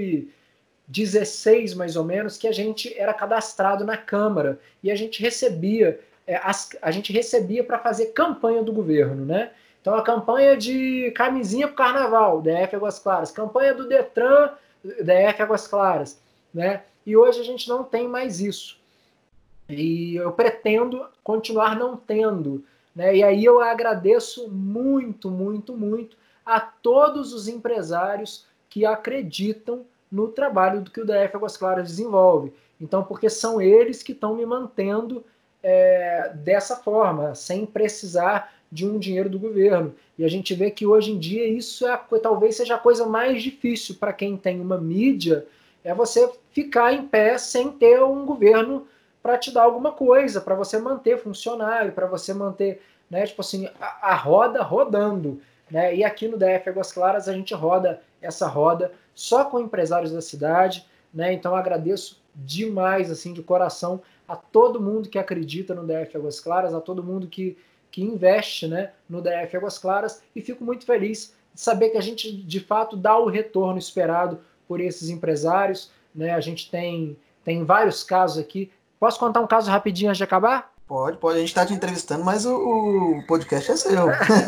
2016 mais ou menos, que a gente era cadastrado na Câmara e a gente recebia para fazer campanha do governo, né? Então a campanha de camisinha para o carnaval, DF Águas Claras, campanha do Detran, DF Águas Claras, né? E hoje a gente não tem mais isso. E eu pretendo continuar não tendo, né? E aí eu agradeço muito, muito, muito a todos os empresários que acreditam no trabalho do que o DF Águas Claras desenvolve. Então, porque são eles que estão me mantendo dessa forma, sem precisar de um dinheiro do governo. E a gente vê que hoje em dia isso talvez seja a coisa mais difícil para quem tem uma mídia, é você ficar em pé sem ter um governo para te dar alguma coisa, para você manter funcionário, para você manter, né, tipo assim, a roda rodando, né? E aqui no DF Águas Claras a gente roda essa roda só com empresários da cidade, né? Então eu agradeço demais, assim, de coração, a todo mundo que acredita no DF Águas Claras, a todo mundo que investe, né, no DF Águas Claras, e fico muito feliz de saber que a gente de fato dá o retorno esperado por esses empresários, né? A gente tem vários casos aqui. Posso contar um caso rapidinho antes de acabar? Pode. A gente está te entrevistando, mas o podcast é seu.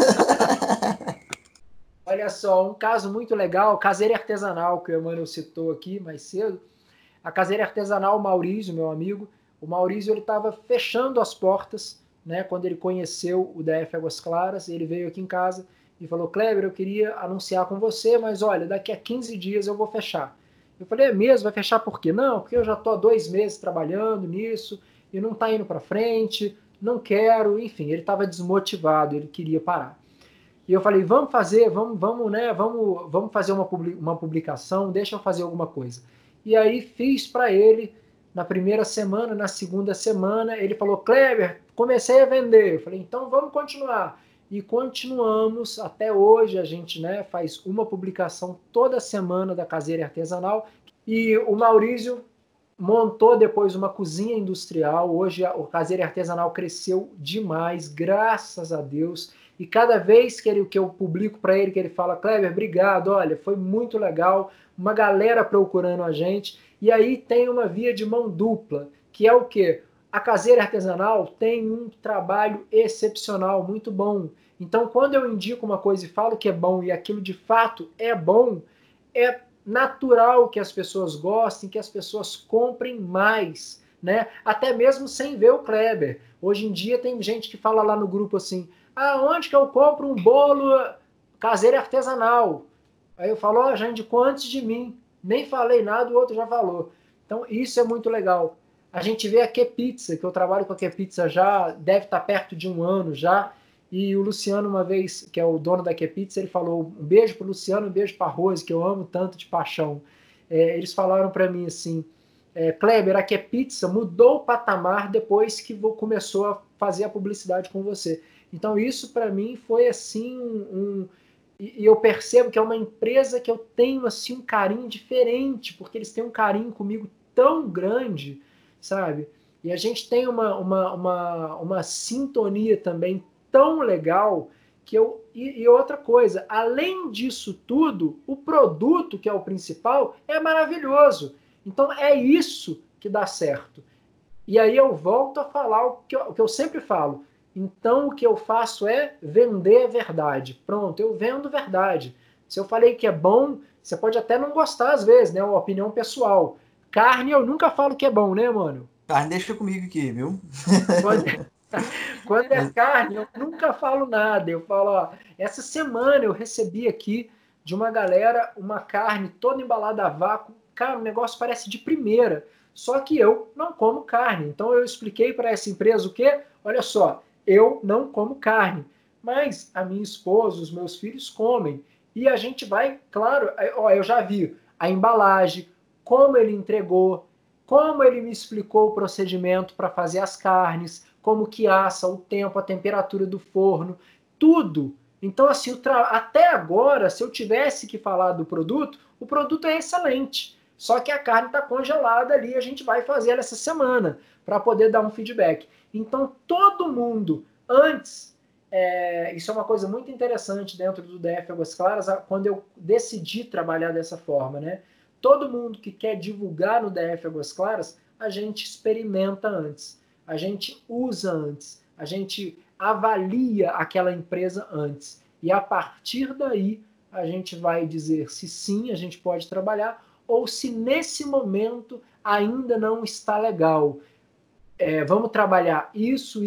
Olha só, um caso muito legal, caseira artesanal, que o Emmanuel citou aqui mais cedo. A caseira artesanal, o Maurício, meu amigo, o Maurício ele estava fechando as portas, né, quando ele conheceu o DF Águas Claras. Ele veio aqui em casa e falou: Kleber, eu queria anunciar com você, mas olha, daqui a 15 dias eu vou fechar. Eu falei: é mesmo? Vai fechar por quê? Não, porque eu já estou há 2 meses trabalhando nisso e não está indo para frente, não quero, enfim, ele estava desmotivado, ele queria parar. E eu falei: vamos fazer, vamos fazer uma publicação, deixa eu fazer alguma coisa. E aí fiz para ele na primeira semana, na segunda semana, ele falou: Kleber, comecei a vender. Eu falei: então vamos continuar. E continuamos até hoje. A gente, né, faz uma publicação toda semana da caseira artesanal. E o Maurício montou depois uma cozinha industrial. Hoje a caseira artesanal cresceu demais, graças a Deus. E cada vez que eu publico para ele, que ele fala: Kleber, obrigado, olha, foi muito legal, uma galera procurando a gente. E aí tem uma via de mão dupla, que é o quê? A caseira artesanal tem um trabalho excepcional, muito bom. Então, quando eu indico uma coisa e falo que é bom e aquilo de fato é bom, é natural que as pessoas gostem, que as pessoas comprem mais, né? Até mesmo sem ver o Kleber. Hoje em dia tem gente que fala lá no grupo assim: onde que eu compro um bolo caseiro artesanal? Aí eu falo: já indicou antes de mim. Nem falei nada, o outro já falou. Então isso é muito legal. A gente vê a QPizza, que eu trabalho com a QPizza já, deve estar perto de 1 ano já, e o Luciano, uma vez, que é o dono da QPizza, ele falou: um beijo para o Luciano, um beijo para a Rose, que eu amo tanto de paixão. Eles falaram para mim assim: Kleber, a QPizza mudou o patamar depois que começou a fazer a publicidade com você. Então isso para mim foi assim e eu percebo que é uma empresa que eu tenho assim um carinho diferente, porque eles têm um carinho comigo tão grande, sabe? E a gente tem uma sintonia também tão legal que e outra coisa, além disso tudo, o produto, que é o principal, é maravilhoso. Então é isso que dá certo. E aí eu volto a falar o que eu sempre falo. Então o que eu faço é vender verdade. Pronto, eu vendo verdade. Se eu falei que é bom, você pode até não gostar às vezes, né? Uma opinião pessoal. Carne eu nunca falo que é bom, né, mano? Carne deixa comigo aqui, viu? Quando é carne, eu nunca falo nada. Eu falo: essa semana eu recebi aqui de uma galera uma carne toda embalada a vácuo. Cara, o negócio parece de primeira. Só que eu não como carne. Então eu expliquei para essa empresa o quê? Olha só, eu não como carne, mas a minha esposa, os meus filhos comem. E a gente vai, claro, eu já vi a embalagem, como ele entregou, como ele me explicou o procedimento para fazer as carnes, como que assa, o tempo, a temperatura do forno, tudo. Então, assim, até agora, se eu tivesse que falar do produto, o produto é excelente. Só que a carne está congelada ali, a gente vai fazer ela essa semana para poder dar um feedback. Então, todo mundo, antes, isso é uma coisa muito interessante dentro do DF Águas Claras, quando eu decidi trabalhar dessa forma, né? Todo mundo que quer divulgar no DF Águas Claras, a gente experimenta antes, a gente usa antes, a gente avalia aquela empresa antes. E a partir daí, a gente vai dizer se sim, a gente pode trabalhar, ou se nesse momento ainda não está legal. Vamos trabalhar isso.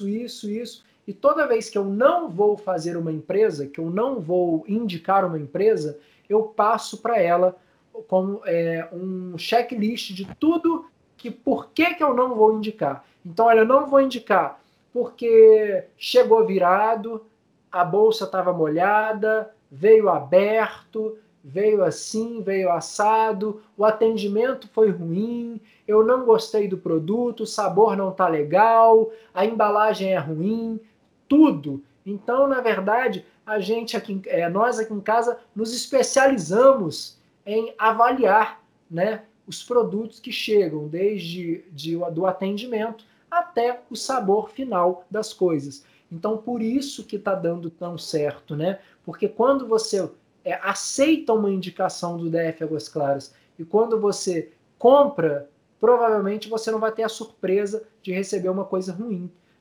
E toda vez que eu não vou fazer uma empresa, que eu não vou indicar uma empresa, eu passo para ela como um checklist de tudo por que eu não vou indicar. Então, olha, eu não vou indicar porque chegou virado, a bolsa estava molhada, veio aberto, veio assim, veio assado, o atendimento foi ruim, eu não gostei do produto, o sabor não está legal, a embalagem é ruim, tudo. Então, na verdade, nós aqui em casa nos especializamos em avaliar, né, os produtos que chegam, desde do atendimento até o sabor final das coisas. Então, por isso que está dando tão certo, né? Porque quando você aceita uma indicação do DF Águas Claras e quando você compra, provavelmente você não vai ter a surpresa de receber uma coisa ruim.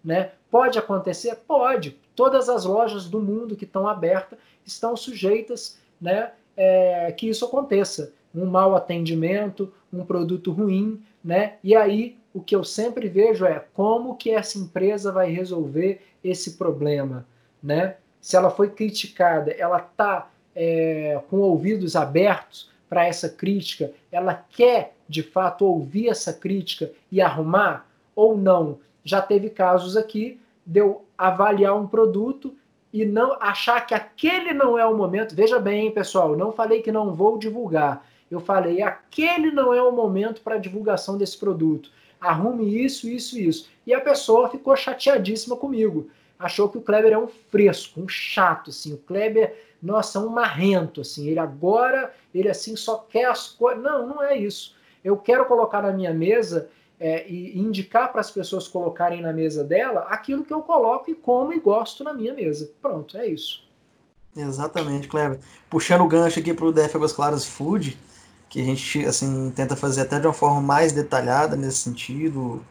né? Pode acontecer? Pode. Todas as lojas do mundo que estão abertas estão sujeitas, né, que isso aconteça. Um mau atendimento, um produto ruim, né? E aí o que eu sempre vejo é como que essa empresa vai resolver esse problema, né? Se ela foi criticada, ela está com ouvidos abertos para essa crítica, ela quer de fato ouvir essa crítica e arrumar ou não? Já teve casos aqui de eu avaliar um produto e não achar que aquele não é o momento. Veja bem, pessoal, não falei que não vou divulgar. Eu falei, aquele não é o momento para a divulgação desse produto. Arrume isso, isso, isso. E a pessoa ficou chateadíssima comigo. Achou que o Kleber é um fresco, um chato, assim. O Kleber, nossa, um marrento, assim. Ele assim só quer as coisas. Não, não é isso. Eu quero colocar na minha mesa e indicar para as pessoas colocarem na mesa dela aquilo que eu coloco e como e gosto na minha mesa. Pronto, é isso. Exatamente, Kleber. Puxando o gancho aqui para o DF Águas Claras Food, que a gente assim tenta fazer até de uma forma mais detalhada nesse sentido.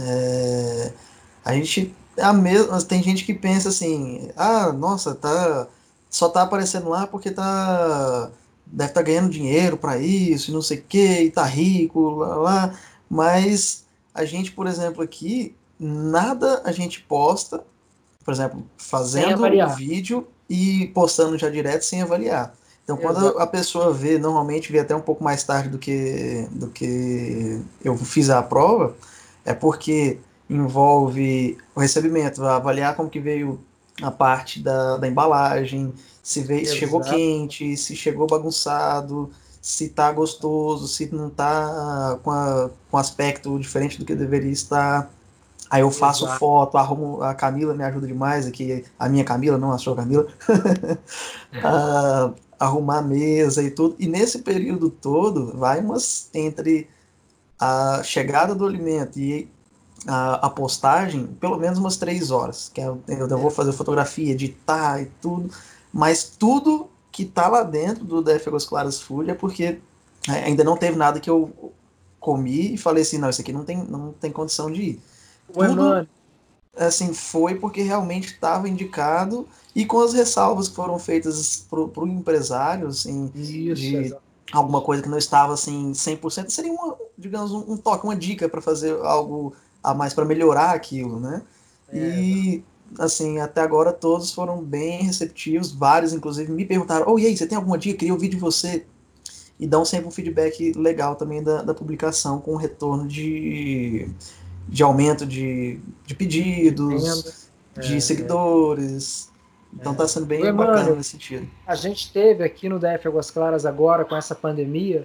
A gente tem gente que pensa assim, nossa, só tá aparecendo lá porque deve estar ganhando dinheiro para isso, e não sei o que, e tá rico, lá. Mas a gente, por exemplo, aqui, nada a gente posta, por exemplo, fazendo o vídeo e postando já direto sem avaliar. Então, quando a pessoa normalmente vê até um pouco mais tarde do que eu fiz a prova, é porque envolve o recebimento, vai avaliar como que veio a parte da embalagem, se chegou quente, se chegou bagunçado, se tá gostoso, se não tá com aspecto diferente do que deveria estar. Aí eu faço foto, arrumo, a Camila me ajuda demais aqui, a minha Camila, não a sua Camila, arrumar a mesa e tudo. E nesse período todo, vai entre a chegada do alimento e a postagem, pelo menos umas 3 horas, que eu vou fazer fotografia, editar e tudo, mas tudo que tá lá dentro do DF Águas Claras Food é porque ainda não teve nada que eu comi e falei assim, não, isso aqui não tem condição de ir. Tudo assim, foi porque realmente estava indicado e com as ressalvas que foram feitas para o empresário, assim, de alguma coisa que não estava assim 100%, seria digamos, um toque, uma dica para fazer algo a mais para melhorar aquilo, né? E assim, até agora todos foram bem receptivos, vários inclusive me perguntaram, e aí, você tem alguma dica? Queria ouvir de você. E dão sempre um feedback legal também da publicação, com retorno de aumento de pedidos, de seguidores. Então está sendo bem bacana nesse sentido. A gente teve aqui no DF Águas Claras agora, com essa pandemia,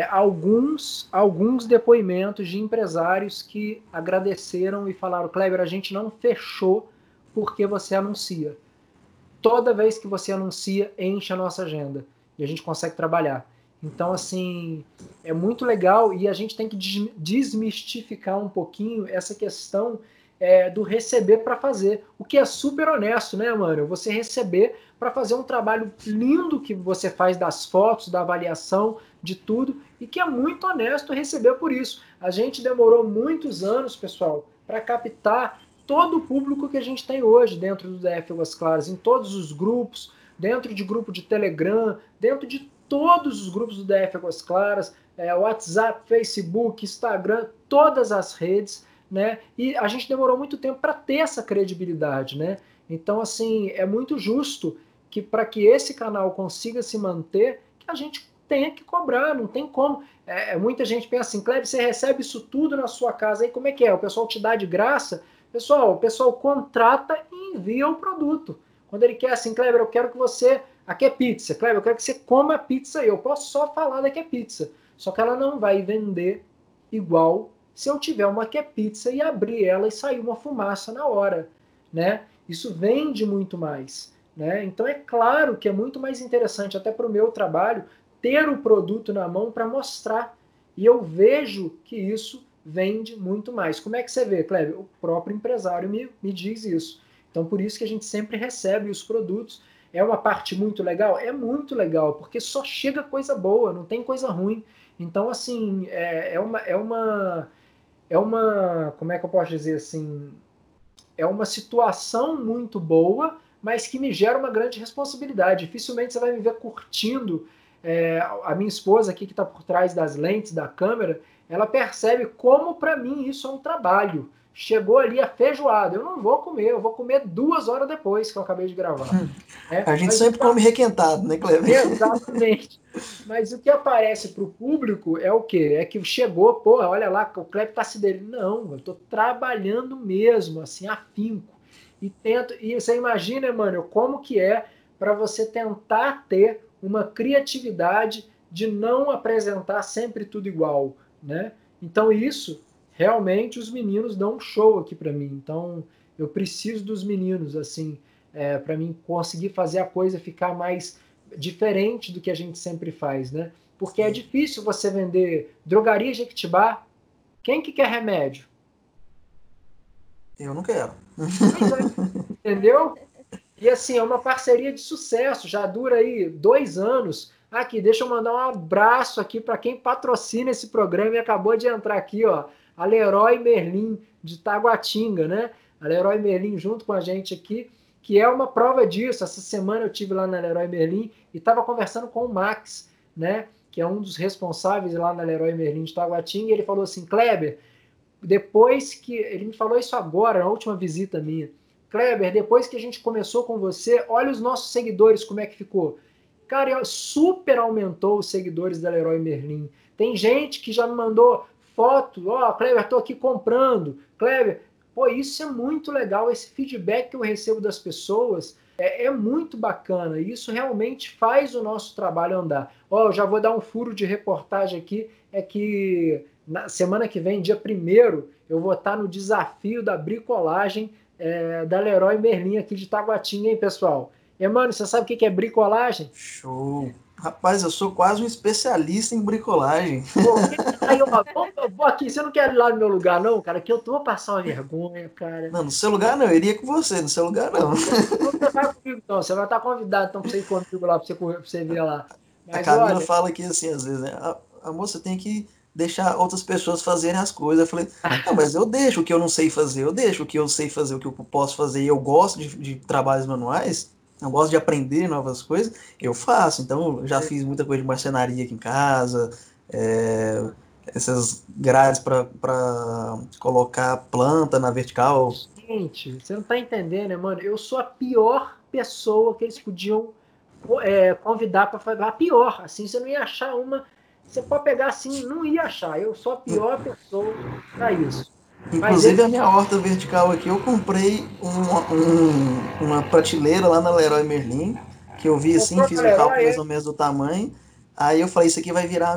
alguns depoimentos de empresários que agradeceram e falaram, Kleber, a gente não fechou porque você anuncia. Toda vez que você anuncia, enche a nossa agenda e a gente consegue trabalhar. Então, assim, é muito legal e a gente tem que desmistificar um pouquinho essa questão do receber para fazer, o que é super honesto, né, mano? Você receber para fazer um trabalho lindo que você faz das fotos, da avaliação, de tudo, e que é muito honesto receber por isso. A gente demorou muitos anos, pessoal, para captar todo o público que a gente tem hoje dentro do DF Águas Claras, em todos os grupos, dentro de grupo de Telegram, dentro de todos os grupos do DF Águas Claras, WhatsApp, Facebook, Instagram, todas as redes, né? E a gente demorou muito tempo para ter essa credibilidade, né? Então, assim, é muito justo que para que esse canal consiga se manter, que a gente tenha que cobrar, não tem como. Muita gente pensa assim, Kleber, você recebe isso tudo na sua casa, aí como é que é? O pessoal te dá de graça? O pessoal contrata e envia o produto. Quando ele quer assim, Kleber, eu quero que você... Aqui é pizza. Kleber, eu quero que você coma a pizza aí. Eu posso só falar da que é pizza. Só que ela não vai vender igual se eu tiver uma que é pizza e abrir ela e sair uma fumaça na hora, né? Isso vende muito mais, né? Então é claro que é muito mais interessante até para o meu trabalho ter o produto na mão para mostrar. E eu vejo que isso vende muito mais. Como é que você vê, Kleber? O próprio empresário me diz isso. Então, por isso que a gente sempre recebe os produtos. É uma parte muito legal? É muito legal, porque só chega coisa boa, não tem coisa ruim. Então, assim, como é que eu posso dizer assim? é uma situação muito boa, mas que me gera uma grande responsabilidade. Dificilmente você vai me ver curtindo. A minha esposa aqui, que está por trás das lentes da câmera, ela percebe como, para mim, isso é um trabalho. Chegou ali a feijoada, eu não vou comer, eu vou comer 2 horas depois que eu acabei de gravar. A gente Mas sempre come requentado, né, Kleber? Exatamente. Mas o que aparece para o público é o quê? É que chegou, pô, olha lá, o Kleber está se dele. Não, eu estou trabalhando mesmo, assim, afinco. E tento. E você imagina, mano, como que é para você tentar ter uma criatividade de não apresentar sempre tudo igual, né? Então isso realmente os meninos dão um show aqui para mim. Então eu preciso dos meninos assim para mim conseguir fazer a coisa ficar mais diferente do que a gente sempre faz, né? Porque é difícil você vender drogaria Jequitibá. Quem que quer remédio? Eu não quero. Pois é, entendeu? E assim, é uma parceria de sucesso, já dura aí 2 anos. Aqui, deixa eu mandar um abraço aqui para quem patrocina esse programa e acabou de entrar aqui, ó, a Leroy Merlin de Taguatinga, né? A Leroy Merlin junto com a gente aqui, que é uma prova disso. Essa semana eu tive lá na Leroy Merlin e estava conversando com o Max, né? Que é um dos responsáveis lá na Leroy Merlin de Taguatinga, e ele falou assim, Kleber, depois que ele me falou isso agora, na última visita minha. Kleber, depois que a gente começou com você, olha os nossos seguidores, como é que ficou. Cara, super aumentou os seguidores da Leroy Merlin. Tem gente que já me mandou foto, ó, Kleber, tô aqui comprando. Kleber, pô, isso é muito legal, esse feedback que eu recebo das pessoas é muito bacana. E isso realmente faz o nosso trabalho andar. Ó, eu já vou dar um furo de reportagem aqui, é que na semana que vem, dia 1º, eu vou estar no desafio da bricolagem da Leroy Merlin aqui de Taguatinga, hein, pessoal? Mano, você sabe o que é bricolagem? Show! Rapaz, eu sou quase um especialista em bricolagem. Pô, aí, ó, eu vou aqui, você não quer ir lá no meu lugar, não, cara? Que eu tô passando uma vergonha, cara. Não, no seu lugar não, eu iria com você, no seu lugar não. Você vai comigo, então, você vai estar convidado então, para você ir comigo lá, para você ver lá. A Mas Camila olha, fala aqui assim, às vezes, né? A moça tem que deixar outras pessoas fazerem as coisas. Eu falei, não, mas eu deixo o que eu não sei fazer, eu deixo o que eu sei fazer, o que eu posso fazer, e eu gosto de trabalhos manuais, eu gosto de aprender novas coisas, eu faço. Então, eu já fiz muita coisa de marcenaria aqui em casa, essas grades para colocar planta na vertical. gente, você não tá entendendo, né, mano? Eu sou a pior pessoa que eles podiam convidar para fazer. A pior, assim, você não ia achar uma. Você pode pegar assim, não ia achar. Eu sou a pior pessoa para isso. Mas Inclusive a minha horta vertical aqui, eu comprei uma prateleira lá na Leroy Merlin, que eu vi assim, comprou fiz a um cálculo Leroy, mais ou menos do tamanho. Aí eu falei, isso aqui vai virar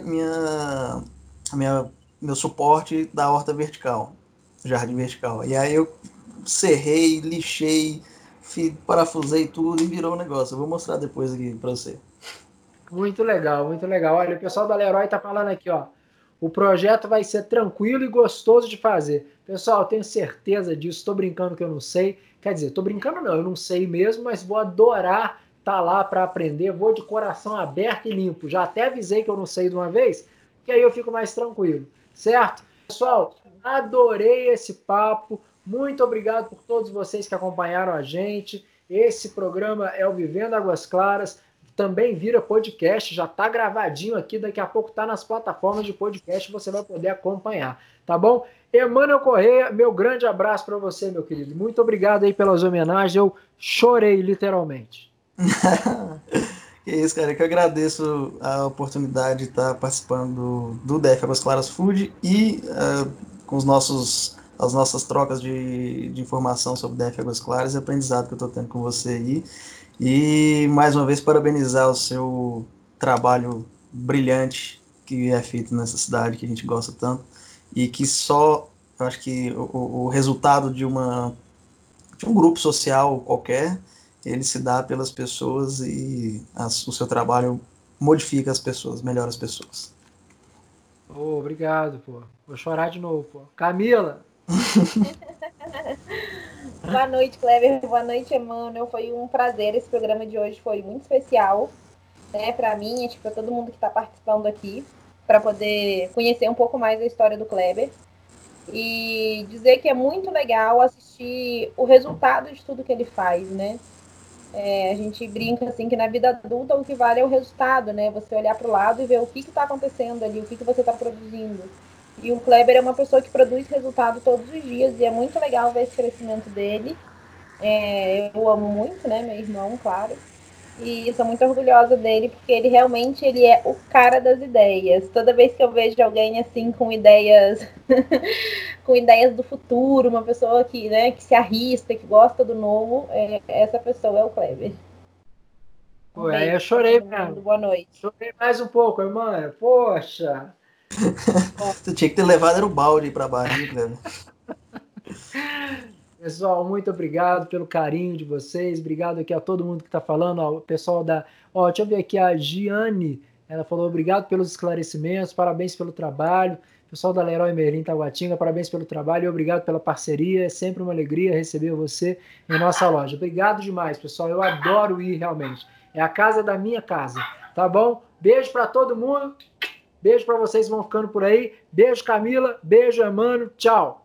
meu suporte da horta vertical, jardim vertical. E aí eu serrei, lixei, parafusei tudo e virou o negócio. Eu vou mostrar depois aqui pra você. Muito legal, muito legal. Olha, o pessoal da Leroy tá falando aqui, ó. O projeto vai ser tranquilo e gostoso de fazer. Pessoal, eu tenho certeza disso. Estou brincando que eu não sei. Quer dizer, estou brincando não, eu não sei mesmo, mas vou adorar estar lá para aprender. Vou de coração aberto e limpo. Já até avisei que eu não sei de uma vez, que aí eu fico mais tranquilo, certo? Pessoal, adorei esse papo. Muito obrigado por todos vocês que acompanharam a gente. Esse programa é o Vivendo Águas Claras. Também vira podcast, já está gravadinho aqui, daqui a pouco está nas plataformas de podcast, você vai poder acompanhar, tá bom? Emmanuel Correia, meu grande abraço para você, meu querido. Muito obrigado aí pelas homenagens, eu chorei literalmente. Que isso, cara, que eu agradeço a oportunidade de estar participando do DF Águas Claras Food e com as nossas trocas de informação sobre o DF Águas Claras e aprendizado que eu estou tendo com você aí. E mais uma vez parabenizar o seu trabalho brilhante que é feito nessa cidade que a gente gosta tanto e que eu acho que o resultado de um grupo social qualquer, ele se dá pelas pessoas e o seu trabalho modifica as pessoas, melhora as pessoas. Oh, obrigado, pô. Vou chorar de novo, pô. Camila! Boa noite, Kleber. Boa noite, Emmanuel. Foi um prazer. Esse programa de hoje foi muito especial, né, para mim e para todo mundo que está participando aqui, para poder conhecer um pouco mais a história do Kleber. e dizer que é muito legal assistir o resultado de tudo que ele faz, né? A gente brinca assim que na vida adulta o que vale é o resultado, né? Você olhar para o lado e ver o que está acontecendo ali, o que você está produzindo. E o Kleber é uma pessoa que produz resultado todos os dias e é muito legal ver esse crescimento dele. Eu amo muito, né? Meu irmão, claro. E sou muito orgulhosa dele, porque ele realmente ele é o cara das ideias. Toda vez que eu vejo alguém assim com ideias com ideias do futuro, uma pessoa que, né, que se arrisca, que gosta do novo, essa pessoa é o Kleber. Pô, aí eu chorei mesmo. Boa noite. Chorei mais um pouco, irmã. Poxa. Você tinha que ter levado era o balde aí pra baixo, viu, Cleber? Pessoal, muito obrigado pelo carinho de vocês. Obrigado aqui a todo mundo que está falando. Ó, o pessoal da. Ó, deixa eu ver aqui a Giane. Ela falou obrigado pelos esclarecimentos, parabéns pelo trabalho. Pessoal da Leroy Merlin Taguatinga, parabéns pelo trabalho e obrigado pela parceria. É sempre uma alegria receber você em nossa loja. Obrigado demais, pessoal. Eu adoro ir realmente. É a casa da minha casa, tá bom? Beijo para todo mundo. Beijo para vocês que vão ficando por aí. Beijo, Camila. Beijo, Emano. Tchau.